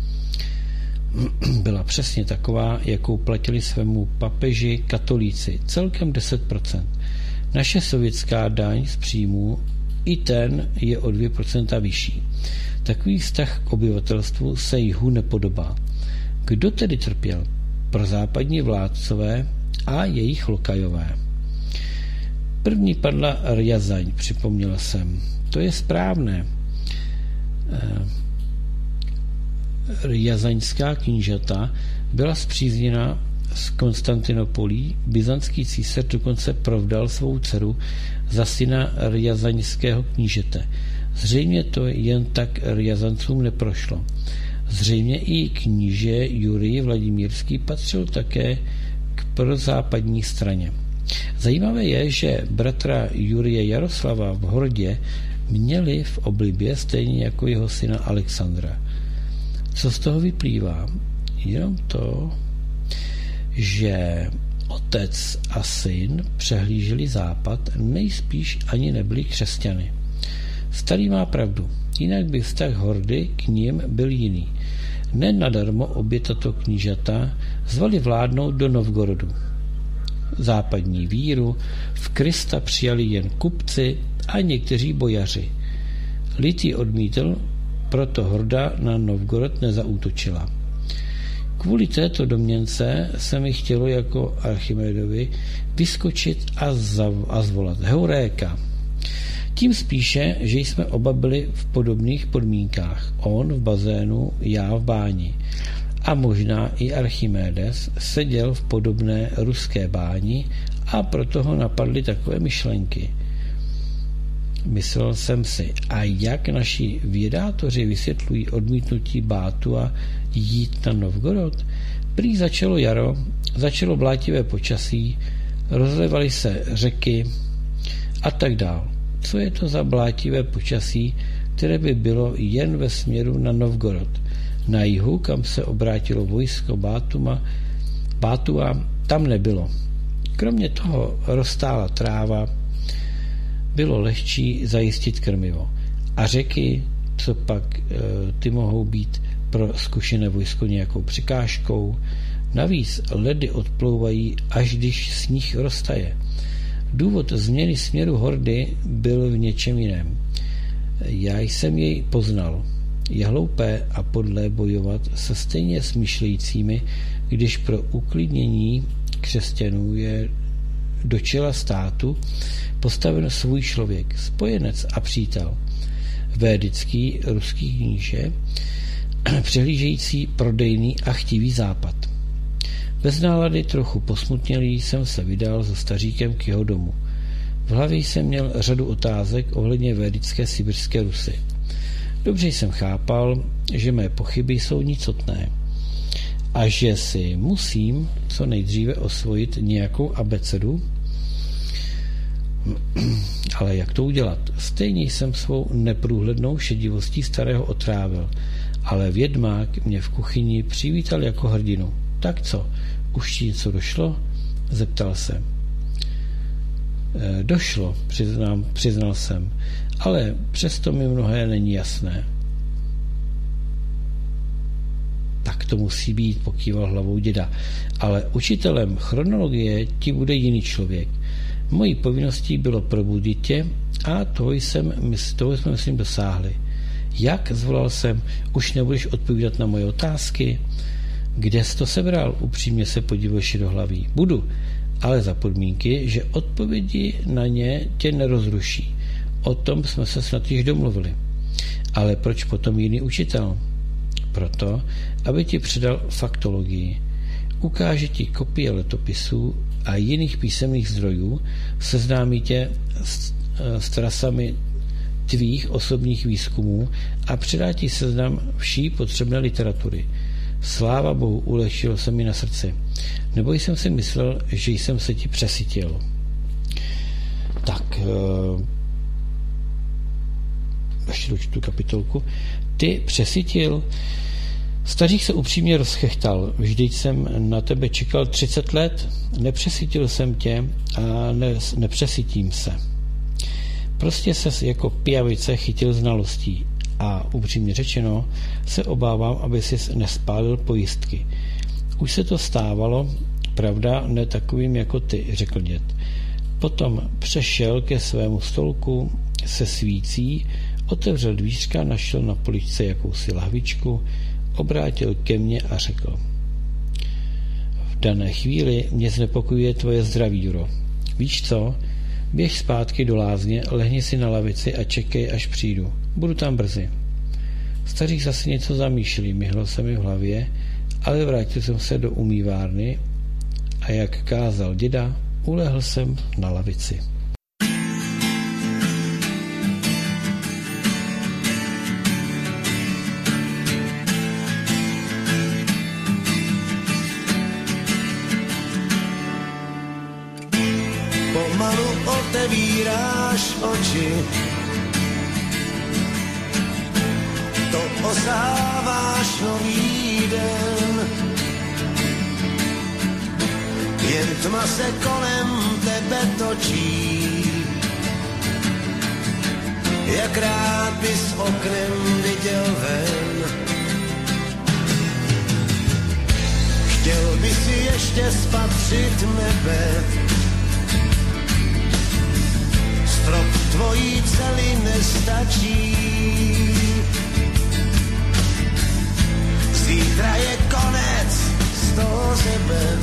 Byla přesně taková, jakou platili svému papeži katolíci, celkem deset procent. Naše sovětská daň z příjmů, i ten je o dvě procenta vyšší. Takový vztah k obyvatelstvu se jihu nepodobá. Kdo tedy trpěl? Prozápadní vládcové a jejich lokajové. První padla Rjazaň, připomněl jsem. To je správné. Rjazaňská knížata byla spřízněna s Konstantinopolí, byzantský císař dokonce provdal svou dceru za syna rjazaňského knížete. Zřejmě to jen tak Rjazancům neprošlo. Zřejmě i kníže Jurij Vladimírský patřil také k prozápadní straně. Zajímavé je, že bratra Jurije Jaroslava v Hordě měli v oblibě stejně jako jeho syna Alexandra. Co z toho vyplývá? Jenom to, že otec a syn přehlíželi západ, nejspíš ani nebyli křesťany. Starý má pravdu, jinak by vztah Hordy k nim byl jiný. Nenadarmo obě tato knížata zvali vládnout do Novgorodu. Západní víru v Krista přijali jen kupci a někteří bojaři. Lid ji odmítl, proto Horda na Novgorod nezaútočila. Kvůli této domněnce se mi chtělo jako Archimedovi vyskočit a, zav- a zvolat Heuréka. Tím spíše, že jsme oba byli v podobných podmínkách. On v bazénu, já v báni. A možná i Archimedes seděl v podobné ruské báni a proto ho napadly takové myšlenky. Myslel jsem si, a jak naši vědátoři vysvětlují odmítnutí Bátu a jít na Novgorod? Prý začalo jaro, začalo blátivé počasí, rozlevaly se řeky a tak dál. Co je to za blátivé počasí, které by bylo jen ve směru na Novgorod? Na jihu, kam se obrátilo vojsko Bátuma, Bátua, tam nebylo. Kromě toho roztála tráva, bylo lehčí zajistit krmivo. A řeky, co pak e, ty mohou být pro zkušené vojsko nějakou překážkou. Navíc ledy odplouvají, až když sníh roztaje. Důvod změny směru Hordy byl v něčem jiném. Já jsem jej poznal. Je hloupé a podlé bojovat se stejně smýšlejícími, když pro uklidnění křesťanů je do čela státu postaven svůj člověk, spojenec a přítel. Védický ruský kníže, přehlížející prodejný a chtivý západ. Bez nálady, trochu posmutnělý, jsem se vydal za staříkem k jeho domu. V hlavě jsem měl řadu otázek ohledně védické sibirské Rusy. Dobře jsem chápal, že mé pochyby jsou nicotné a že si musím co nejdříve osvojit nějakou abecedu. Ale jak to udělat? Stejně jsem svou neprůhlednou šedivostí starého otrávil, ale vědmák mě v kuchyni přivítal jako hrdinu. Tak co? Už ti něco došlo? Zeptal se. E, došlo, přiznám, přiznal jsem, ale přesto mi mnohé není jasné. Tak to musí být, pokýval hlavou děda. Ale učitelem chronologie ti bude jiný člověk. Mojí povinností bylo probudit tě a toho, jsem, toho jsme, myslím, dosáhli. Jak, zvolal jsem, už nebudeš odpovídat na moje otázky? Kde jsi to sebral? Upřímně se podíval do hlavy. Budu, ale za podmínky, že odpovědi na ně tě nerozruší. O tom jsme se snad již domluvili. Ale proč potom jiný učitel? Proto, aby ti předal faktologii. Ukáže ti kopie letopisů a jiných písemných zdrojů, seznámí tě s, s trasami tvých osobních výzkumů a předá ti seznam vší potřebné literatury. Sláva Bohu, ulehčilo se mi na srdci. Nebo jsem si myslel, že jsem se ti přesytil. Tak, ještě dočtu kapitolku. Ty přesytil? Stařík se upřímně rozchechtal. Vždyť jsem na tebe čekal třicet let. Nepřesytil jsem tě a ne, nepřesytím se. Prostě ses jako pijavice chytil znalostí a upřímně řečeno se obávám, aby si nespálil pojistky. Už se to stávalo, pravda, ne takovým jako ty, řekl děd. Potom přešel ke svému stolku se svící, otevřel dvířka, našel na poličce jakousi lahvičku, obrátil ke mně a řekl: v dané chvíli mě znepokojuje tvoje zdraví, Juro. Víš co? Běž zpátky do lázně, lehni si na lavici a čekej, až přijdu. Budu tam brzy. Stařík zase něco zamýšlí, myhlo se mi v hlavě, ale vrátil jsem se do umývárny a jak kázal děda, ulehl jsem na lavici. Pomalu otevíráš oči, to osáváš nový den. Jen tma se kolem tebe točí, jak rád bys oknem viděl ven. Chtěl by si ještě spatřit nebe, strop tvojí cely nestačí. Zítra je konec z toho zeme,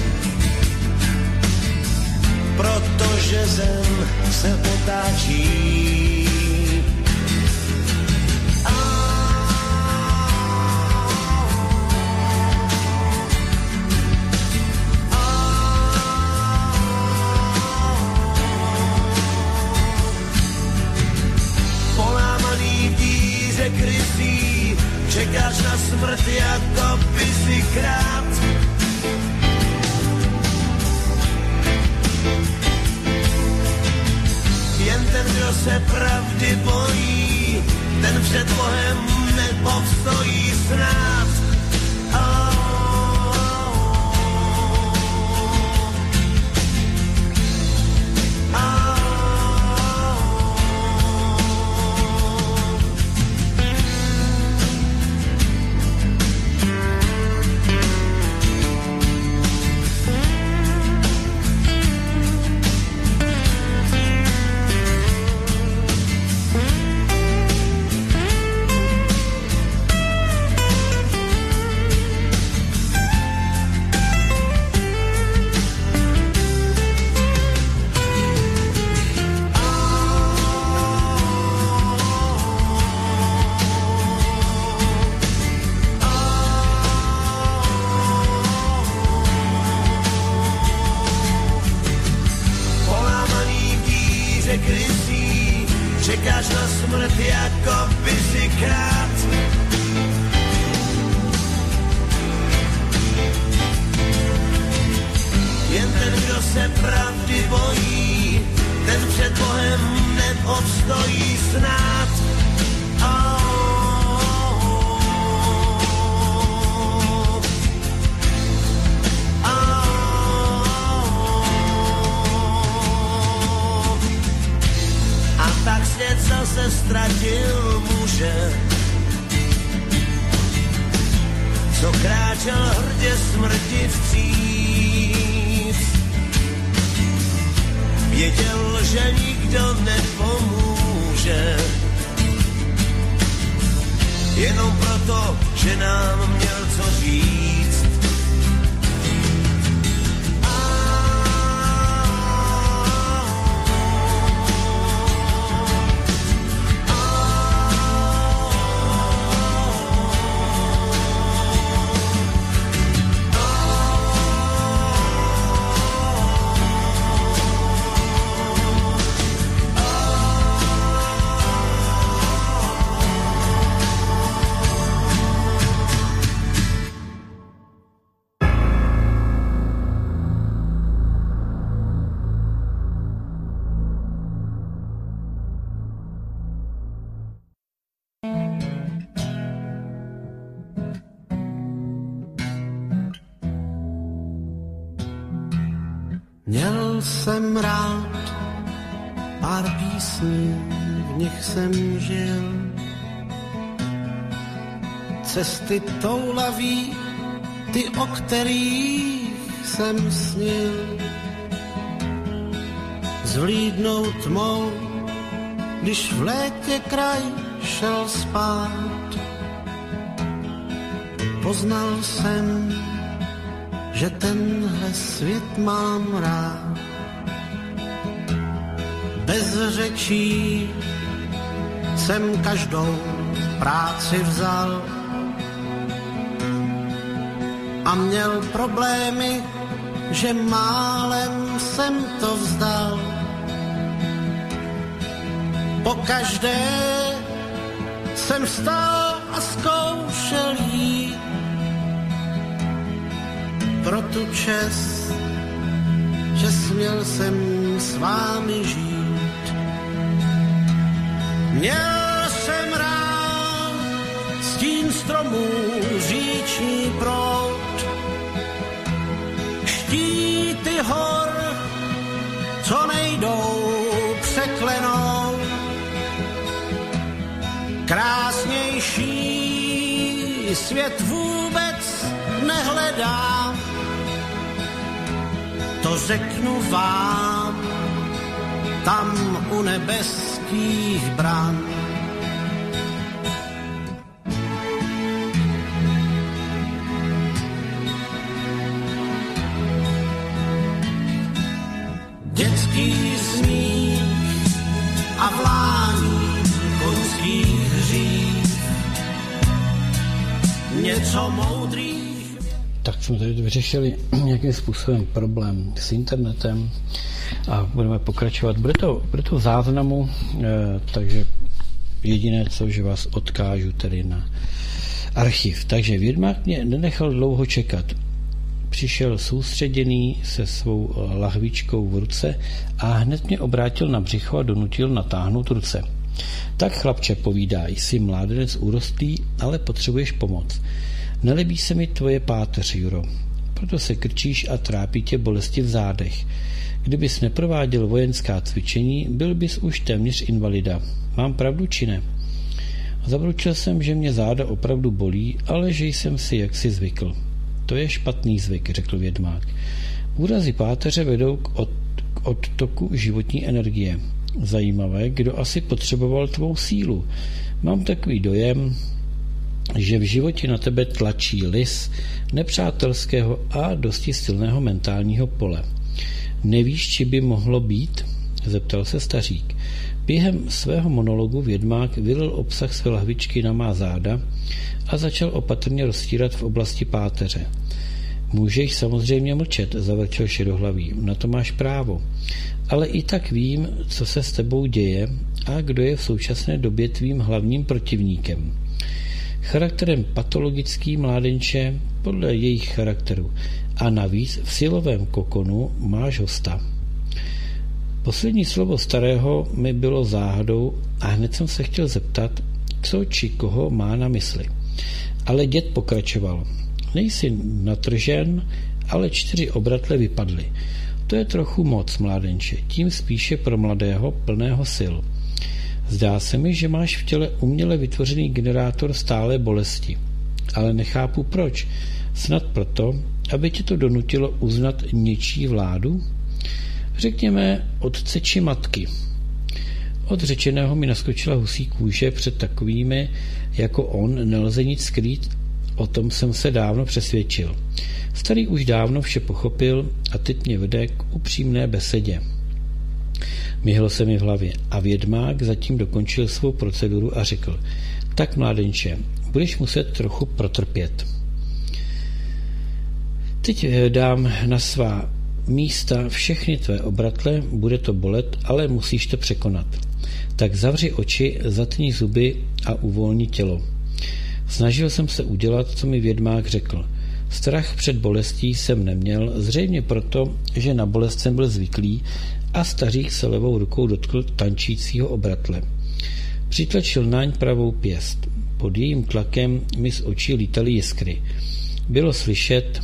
protože zem se otáčí. Krysí, čekáš na smrt jako pysíkrát. Jen ten, kdo se pravdy bojí, ten před Bohem nepovstojí snad. Oh. šel hrdě smrti vstříc. Věděl, že nikdo nepomůže, jenom proto, že nám měl co říct. Měl jsem rád pár písní, v nich jsem žil. Cesty toulaví, ty, o kterých jsem snil. Zvlídnout tmou, když v létě kraj šel spát. Poznal jsem, že tenhle svět mám rád. Bez řečí jsem každou práci vzal a měl problémy, že málem jsem to vzdal. Pokaždé jsem stál a zkoušel jít pro tu čest, že směl jsem s vámi žít. Měl jsem rád stín stromů, říční proud, štíty hor, co nejdou překlenout. Krásnější svět vůbec nehledám, to řeknu vám, tam u nebeských bran. Dětský smích a vlání koňských hřích, něco moudrých. Tak jsme tady vyřešili nějakým způsobem problém s internetem a budeme pokračovat. Bude to, bude to v záznamu, eh, takže jediné co, že vás odkážu tedy na archiv. Takže Vědmák mě nenechal dlouho čekat. Přišel soustředěný se svou lahvičkou v ruce a hned mě obrátil na břicho a donutil natáhnout ruce. Tak, chlapče, povídá, jsi mládenec úrostlý, ale potřebuješ pomoc. Nelíbí se mi tvoje páteř, Juro. Proto se krčíš a trápí tě bolesti v zádech. Kdybys neprováděl vojenská cvičení, byl bys už téměř invalida. Mám pravdu, či ne? Zabručil jsem, že mě záda opravdu bolí, ale že jsem si jaksi zvykl. To je špatný zvyk, řekl Vědmák. Úrazy páteře vedou k, od, k odtoku životní energie. Zajímavé, kdo asi potřeboval tvou sílu. Mám takový dojem, že v životě na tebe tlačí lis nepřátelského a dosti silného mentálního pole. Nevíš, či by mohlo být? Zeptal se stařík. Během svého monologu Vědmák vylil obsah své lahvičky na má záda a začal opatrně roztírat v oblasti páteře. Můžeš samozřejmě mlčet, zavrčel šedohlavý, na to máš právo. Ale i tak vím, co se s tebou děje a kdo je v současné době tvým hlavním protivníkem. Charakterem patologický, mládenče, podle jejich charakteru. A navíc v silovém kokonu máš hosta. Poslední slovo starého mi bylo záhadou a hned jsem se chtěl zeptat, co či koho má na mysli. Ale děd pokračoval. Nejsi natržen, ale čtyři obratle vypadly. To je trochu moc, mládenče, tím spíše pro mladého plného sil. Zdá se mi, že máš v těle uměle vytvořený generátor stálé bolesti. ale nechápu proč. Snad proto, aby tě to donutilo uznat něčí vládu? Řekněme otce či matky. Od řečeného mi naskočila husí kůže, před takovými jako on nelze nic skrýt, o tom jsem se dávno přesvědčil. Starý už dávno vše pochopil a teď mě vede k upřímné besedě. Myhlo se mi v hlavě a vědmák zatím dokončil svou proceduru a řekl: tak mládenče, budeš muset trochu protrpět. Teď dám na svá místa všechny tvé obratle, bude to bolet, ale musíš to překonat. Tak zavři oči, zatni zuby a uvolni tělo. Snažil jsem se udělat, co mi vědmák řekl. Strach před bolestí jsem neměl, zřejmě proto, že na bolest jsem byl zvyklý, a stařík se levou rukou dotkl tančícího obratle. Přitlačil naň pravou pěst. Pod jejím tlakem mi z očí lítaly jiskry. Bylo slyšet...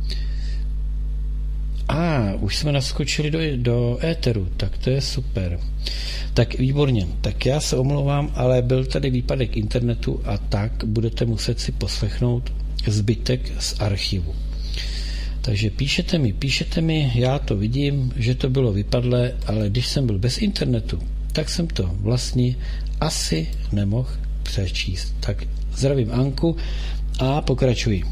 A, ah, už jsme naskočili do, do éteru, tak to je super. Tak výborně, tak já se omlouvám, ale byl tady výpadek internetu a tak budete muset si poslechnout zbytek z archivu. Takže píšete mi, píšete mi, já to vidím, že to bylo vypadlé, ale když jsem byl bez internetu, tak jsem to vlastně asi nemohl přečíst. Tak zdravím Anku a pokračuji.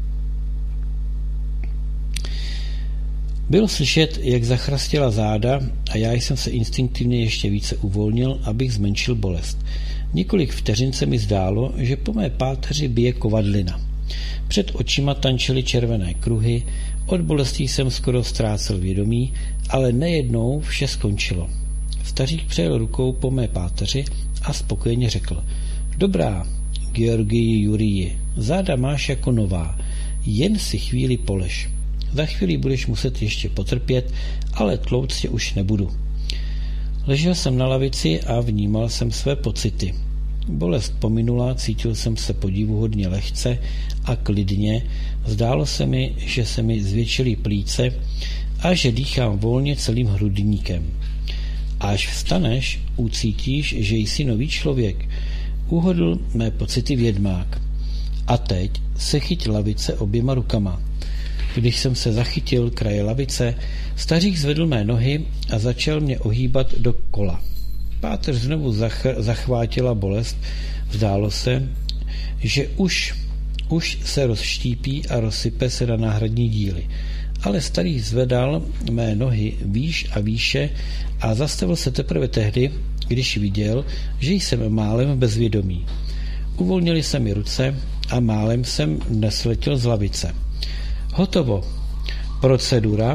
Bylo slyšet, jak zachrastila záda a já jsem se instinktivně ještě více uvolnil, abych zmenšil bolest. Několik vteřin se mi zdálo, že po mé páteři bije kovadlina. Před očima tančily červené kruhy, od bolestí jsem skoro ztrácel vědomí, ale nejednou vše skončilo. Stařík přejel rukou po mé páteři a spokojeně řekl: dobrá, Georgii Juriji, záda máš jako nová, jen si chvíli polež. Za chvíli budeš muset ještě potrpět, ale tlouct tě už nebudu. Ležel jsem na lavici a vnímal jsem své pocity. Bolest pominula, cítil jsem se podivuhodně lehce a klidně, zdálo se mi, že se mi zvětšily plíce a že dýchám volně celým hrudníkem. Až vstaneš, ucítíš, že jsi nový člověk, uhodl mé pocity vědmák. A teď se chyť lavice oběma rukama. Když jsem se zachytil kraje lavice, stařík zvedl mé nohy a začal mě ohýbat do kola. Páteř znovu zach- zachvátila bolest. Zdálo se, že už, už se rozštípí a rozsype se na náhradní díly. Ale starý zvedal mé nohy výš a výše a zastavil se teprve tehdy, když viděl, že jsem málem bezvědomí. Uvolnili se mi ruce a málem jsem nesletěl z lavice. Hotovo. Procedura.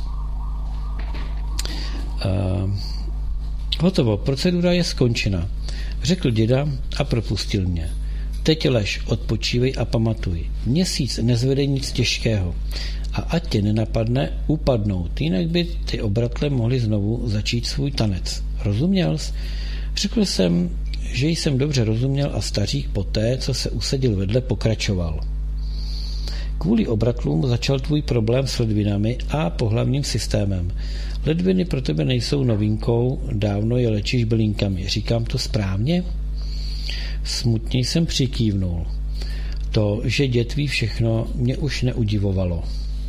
Uh, hotovo. Procedura je skončena, řekl děda a propustil mě. Teď lež, odpočívej a pamatuj. Měsíc nezvede nic těžkého. A ať tě nenapadne upadnout, jinak by ty obratle mohly znovu začít svůj tanec. Rozuměl jsi? Řekl jsem, že jsem dobře rozuměl a stařík poté, co se usadil vedle, pokračoval. Kvůli obratlům začal tvůj problém s ledvinami a pohlavním systémem. Ledviny pro tebe nejsou novinkou, dávno je léčíš bylinkami. Říkám to správně? Smutně jsem přikývnul. To, že dět ví všechno, mě už neudivovalo.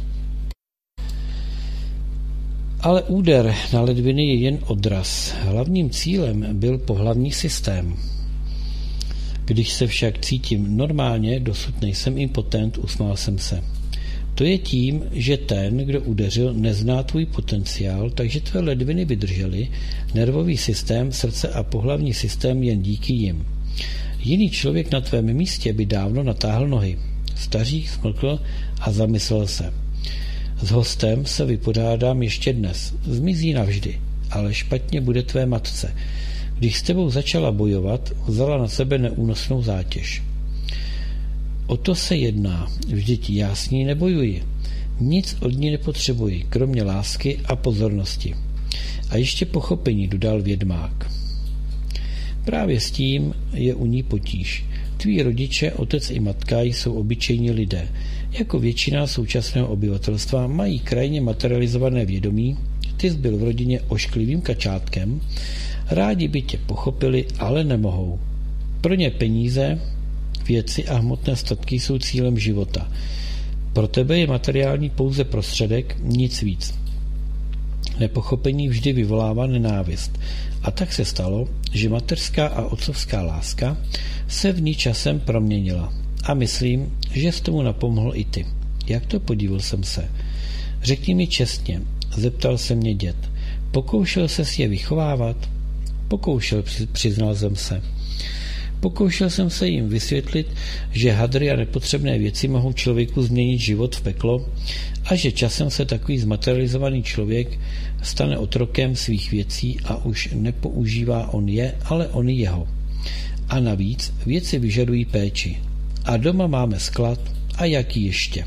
Ale úder na ledviny je jen odraz. Hlavním cílem byl pohlavní systém. Když se však cítím normálně, dosud nejsem impotent, usmál jsem se. To je tím, že ten, kdo udeřil, nezná tvůj potenciál, takže tvé ledviny vydržely, nervový systém, srdce a pohlavní systém jen díky jim. Jiný člověk na tvém místě by dávno natáhl nohy. Stařík smlkl a zamyslel se. S hostem se vypořádám ještě dnes. Zmizí navždy, ale špatně bude tvé matce. Když s tebou začala bojovat, vzala na sebe neúnosnou zátěž. O to se jedná. Vždyť já s ní nebojuji. Nic od ní nepotřebuji, kromě lásky a pozornosti. A ještě pochopení, dodal vědmák. Právě s tím je u ní potíž. Tví rodiče, otec i matka jsou obyčejní lidé. Jako většina současného obyvatelstva mají krajně materializované vědomí, ty jsi byl v rodině ošklivým kačátkem, rádi by tě pochopili, ale nemohou. Pro ně peníze Věci a hmotné statky jsou cílem života. Pro tebe je materiální pouze prostředek, nic víc. Nepochopení vždy vyvolává nenávist. A tak se stalo, že mateřská a otcovská láska se v ní časem proměnila. A myslím, že s tomu napomohl i ty. Jak to, podíval jsem se. Řekni mi čestně, zeptal se mě děd. Pokoušel ses je vychovávat? Pokoušel, přiznal jsem se. Pokoušel jsem se jim vysvětlit, že hadry a nepotřebné věci mohou člověku změnit život v peklo a že časem se takový zmaterializovaný člověk stane otrokem svých věcí a už nepoužívá on je, ale on jeho. A navíc věci vyžadují péči. A doma máme sklad a jaký ještě?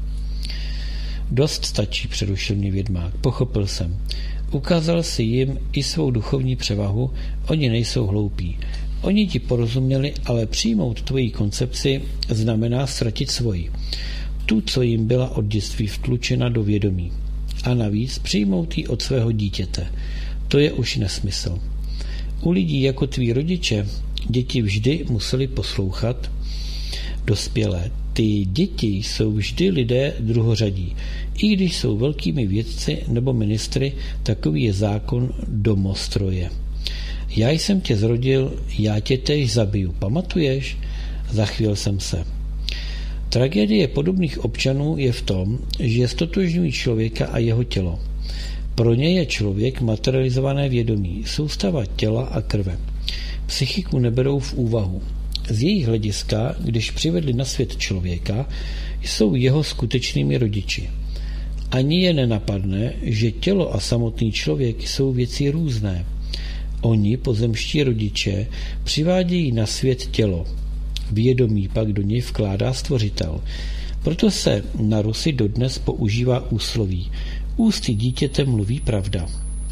Dost stačí, přerušil mě vědmák. Pochopil jsem. Ukázal si jim i svou duchovní převahu, oni nejsou hloupí. Oni ti porozuměli, ale přijmout tvoji koncepci znamená ztratit svoji. Tu, co jim byla od dětství vtlučena do vědomí. A navíc přijmout ji od svého dítěte. To je už nesmysl. U lidí jako tví rodiče děti vždy museli poslouchat dospělé. Ty děti jsou vždy lidé druhořadí. I když jsou velkými vědci nebo ministry, takový je zákon domostroje. Já jsem tě zrodil, já tě též zabiju. Pamatuješ? Zachvěl jsem se. Tragédie podobných občanů je v tom, že ztotožňují člověka a jeho tělo. Pro ně je člověk materializované vědomí, soustava těla a krve. Psychiku neberou v úvahu. Z jejich hlediska, když přivedli na svět člověka, jsou jeho skutečnými rodiči. Ani je nenapadne, že tělo a samotný člověk jsou věci různé. Oni, pozemští rodiče, přivádějí na svět tělo. Vědomí pak do něj vkládá stvořitel. Proto se na Rusi dodnes používá úsloví. Ústy dítěte mluví pravda.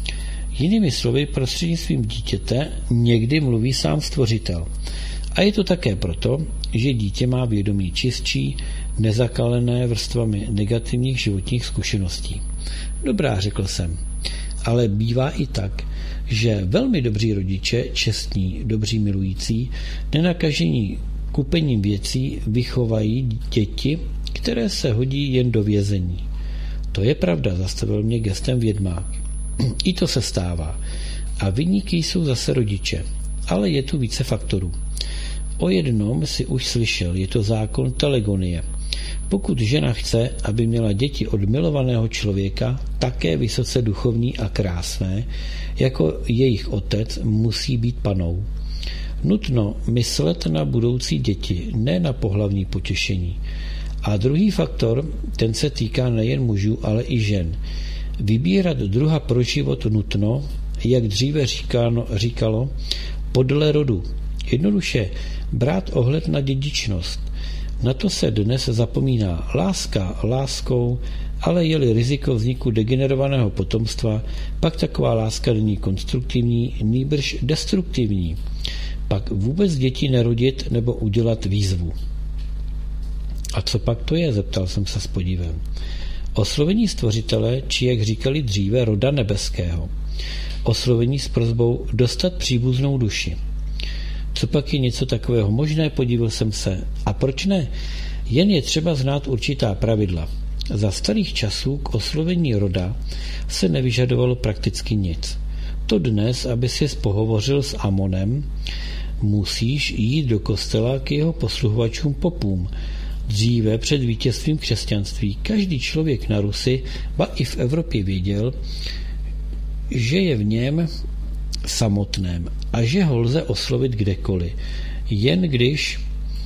Jinými slovy, prostřednictvím dítěte někdy mluví sám stvořitel. A je to také proto, že dítě má vědomí čistší, nezakalené vrstvami negativních životních zkušeností. Dobrá, řekl jsem. Ale bývá i tak, že velmi dobří rodiče, čestní, dobří milující, nenakažení kupením věcí vychovají děti, které se hodí jen do vězení. To je pravda, zastavil mě gestem vědmák. I to se stává. A viníky jsou zase rodiče. Ale je tu více faktorů. O jednom si už slyšel, je to zákon telegonie. Pokud žena chce, aby měla děti od milovaného člověka, také vysoce duchovní a krásné, jako jejich otec, musí být panou. Nutno myslet na budoucí děti, ne na pohlavní potěšení. A druhý faktor, ten se týká nejen mužů, ale i žen. Vybírat druha pro život nutno, jak dříve říkáno, říkalo, podle rodu. Jednoduše brát ohled na dědičnost. Na to se dnes zapomíná. Láska láskou, ale je-li riziko vzniku degenerovaného potomstva, pak taková láska není konstruktivní, nýbrž destruktivní. Pak vůbec děti nerodit nebo udělat výzvu. A co pak to je, zeptal jsem se s podívem. Oslovení stvořitele, či jak říkali dříve, roda nebeského. Oslovení s prosbou dostat příbuznou duši. Co pak je něco takového možné, podíval jsem se. A proč ne? Jen je třeba znát určitá pravidla. Za starých časů k oslovení roda se nevyžadovalo prakticky nic. To dnes, aby si pohovořil s Amonem, musíš jít do kostela k jeho posluhovačům popům. Dříve před vítězstvím křesťanství každý člověk na Rusi, ba i v Evropě věděl, že je v něm samotném a že ho lze oslovit kdekoliv. Jen když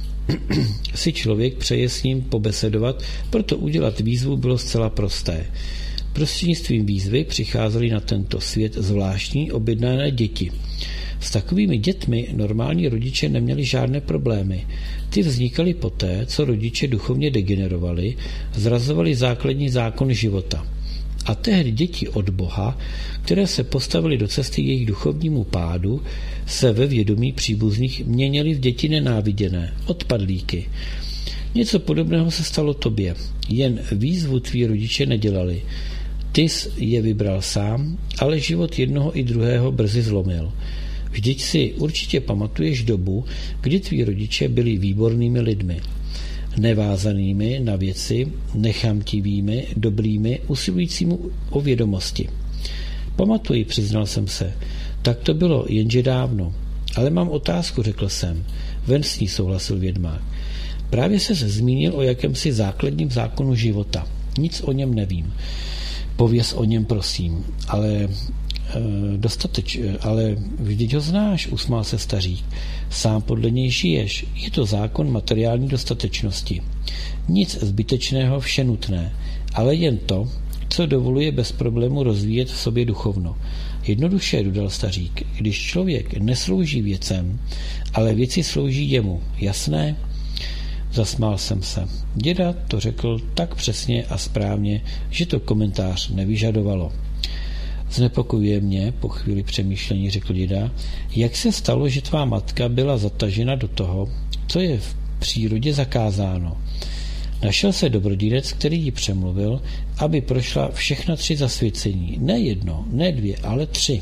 si člověk přeje s ním pobesedovat, proto udělat výzvu bylo zcela prosté. Prostřednictvím výzvy přicházely na tento svět zvláštní objednané děti. S takovými dětmi normální rodiče neměli žádné problémy. Ty vznikaly poté, co rodiče duchovně degenerovali, zrazovali základní zákon života. A tehdy děti od Boha, které se postavily do cesty jejich duchovnímu pádu, se ve vědomí příbuzných měnily v děti nenáviděné, odpadlíky. Něco podobného se stalo tobě, jen výzvu tví rodiče nedělali. Ty jsi je vybral sám, ale život jednoho i druhého brzy zlomil. Vždyť si určitě pamatuješ dobu, kdy tví rodiče byli výbornými lidmi. Nevázanými na věci, nechamtivými, dobrými, usilujícími o vědomosti. Pamatuji, přiznal jsem se. Tak to bylo, jenže dávno. Ale mám otázku, řekl jsem. Ven s ní, souhlasil vědmák. Právě se zmínil o jakémsi základním zákonu života. Nic o něm nevím. Pověz o něm, prosím. Ale e, dostateč, ale vždyť ho znáš, usmál se stařík. Sám podle něj žiješ. Je to zákon materiální dostatečnosti. Nic zbytečného, vše nutné. Ale jen to, co dovoluje bez problému rozvíjet v sobě duchovno. Jednoduše, dodal stařík, když člověk neslouží věcem, ale věci slouží jemu. Jasné? Zasmál jsem se. Děda to řekl tak přesně a správně, že to komentář nevyžadovalo. Znepokojuje mě, po chvíli přemýšlení řekl děda, jak se stalo, že tvá matka byla zatažena do toho, co je v přírodě zakázáno. Našel se dobrodinec, který ji přemluvil, aby prošla všechna tři zasvěcení. Ne jedno, ne dvě, ale tři.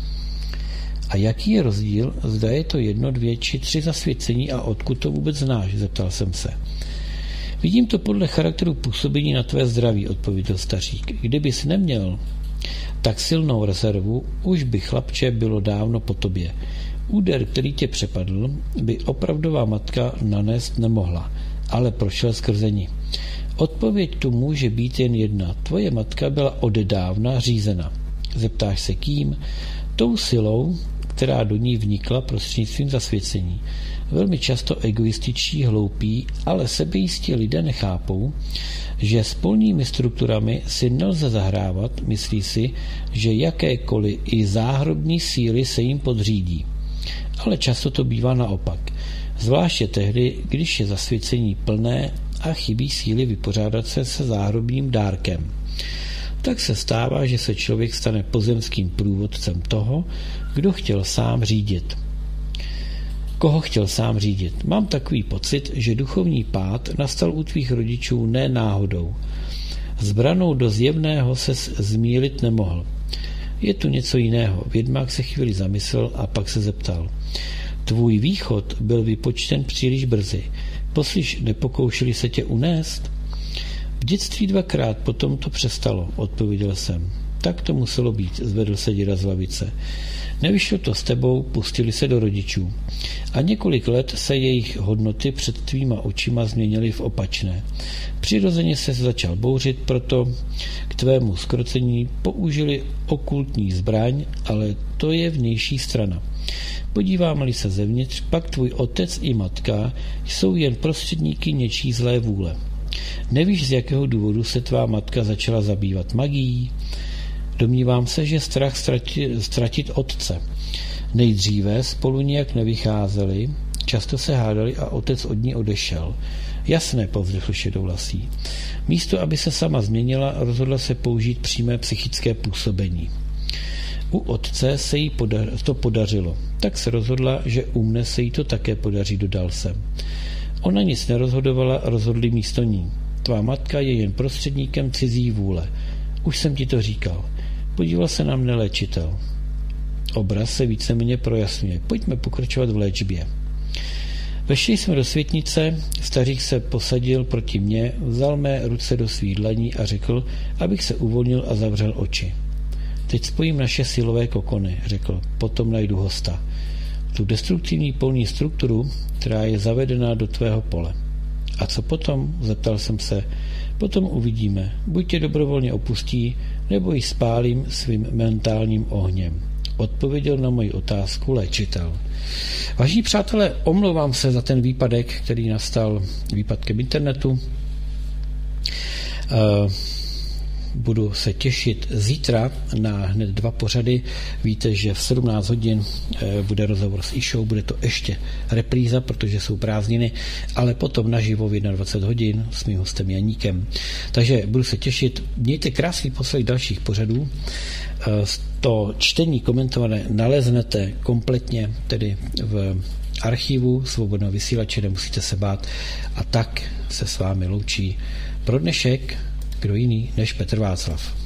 A jaký je rozdíl, zda je to jedno, dvě či tři zasvěcení a odkud to vůbec znáš, zeptal jsem se. Vidím to podle charakteru působení na tvé zdraví, odpověděl stařík. Kdybys neměl tak silnou rezervu, už by, chlapče, bylo dávno po tobě. Úder, který tě přepadl, by opravdová matka nanést nemohla, ale prošel skrze ní. Odpověď tu může být jen jedna. Tvoje matka byla odedávna řízena. Zeptáš se kým? Tou silou, která do ní vnikla prostřednictvím zasvěcení. Velmi často egoističtí, hloupí, ale sebejistí lidé nechápou, že s polními strukturami si nelze zahrávat, myslí si, že jakékoliv i záhrobní síly se jim podřídí. Ale často to bývá naopak. Zvláště tehdy, když je zasvěcení plné a chybí síly vypořádat se se záhrobním dárkem. Tak se stává, že se člověk stane pozemským průvodcem toho, kdo chtěl sám řídit. Koho chtěl sám řídit? Mám takový pocit, že duchovní pád nastal u tvých rodičů ne náhodou. Zbranou do zjevného ses zmýlit nemohl. Je tu něco jiného. Vědmák se chvíli zamyslel a pak se zeptal. Tvůj východ byl vypočten příliš brzy. Poslyš, nepokoušeli se tě unést? V dětství dvakrát, potom to přestalo, odpověděl jsem. Tak to muselo být, zvedl se děda z lavice. Nevyšlo to s tebou, pustili se do rodičů. A několik let se jejich hodnoty před tvýma očima změnily v opačné. Přirozeně se začal bouřit, proto k tvému zkrocení použili okultní zbraň, ale to je vnější strana. Podíváme-li se zevnitř, pak tvůj otec i matka jsou jen prostředníky něčí zlé vůle. Nevíš, z jakého důvodu se tvá matka začala zabývat magií? Domnívám se, že strach ztratit, ztratit otce. Nejdříve spolu nijak nevycházeli, často se hádali a otec od ní odešel. Jasné, povzdechl šedoulasý. Místo, aby se sama změnila, rozhodla se použít přímé psychické působení. U otce se jí poda- to podařilo. Tak se rozhodla, že u mne se jí to také podaří, dodal jsem. Ona nic nerozhodovala, rozhodli místo ní. Tvá matka je jen prostředníkem cizí vůle. Už jsem ti to říkal. Podíval se na mne léčitel. Obraz se víceméně projasňuje. Pojďme pokračovat v léčbě. Vešli jsme do světnice, stařík se posadil proti mně, vzal mé ruce do svých dlaní a řekl, abych se uvolnil a zavřel oči. Teď spojím naše silové kokony, řekl, potom najdu hosta. Tu destruktivní polní strukturu, která je zavedená do tvého pole. A co potom? Zeptal jsem se. Potom uvidíme. Buď tě dobrovolně opustí, nebo ji spálím svým mentálním ohněm. Odpověděl na moji otázku léčitel. Vážení přátelé, omlouvám se za ten výpadek, který nastal výpadkem internetu. Uh, Budu se těšit zítra na hned dva pořady. Víte, že v sedmnáct hodin bude rozhovor s Išou, bude to ještě repríza, protože jsou prázdniny, ale potom naživo v dvacet jedna hodin s mým hostem Janíkem. Takže budu se těšit. Mějte krásný poslech dalších pořadů. To čtení komentované naleznete kompletně tedy v archivu Svobodného vysílače, nemusíte se bát. A tak se s vámi loučí pro dnešek kdo jiný než Petr Václav.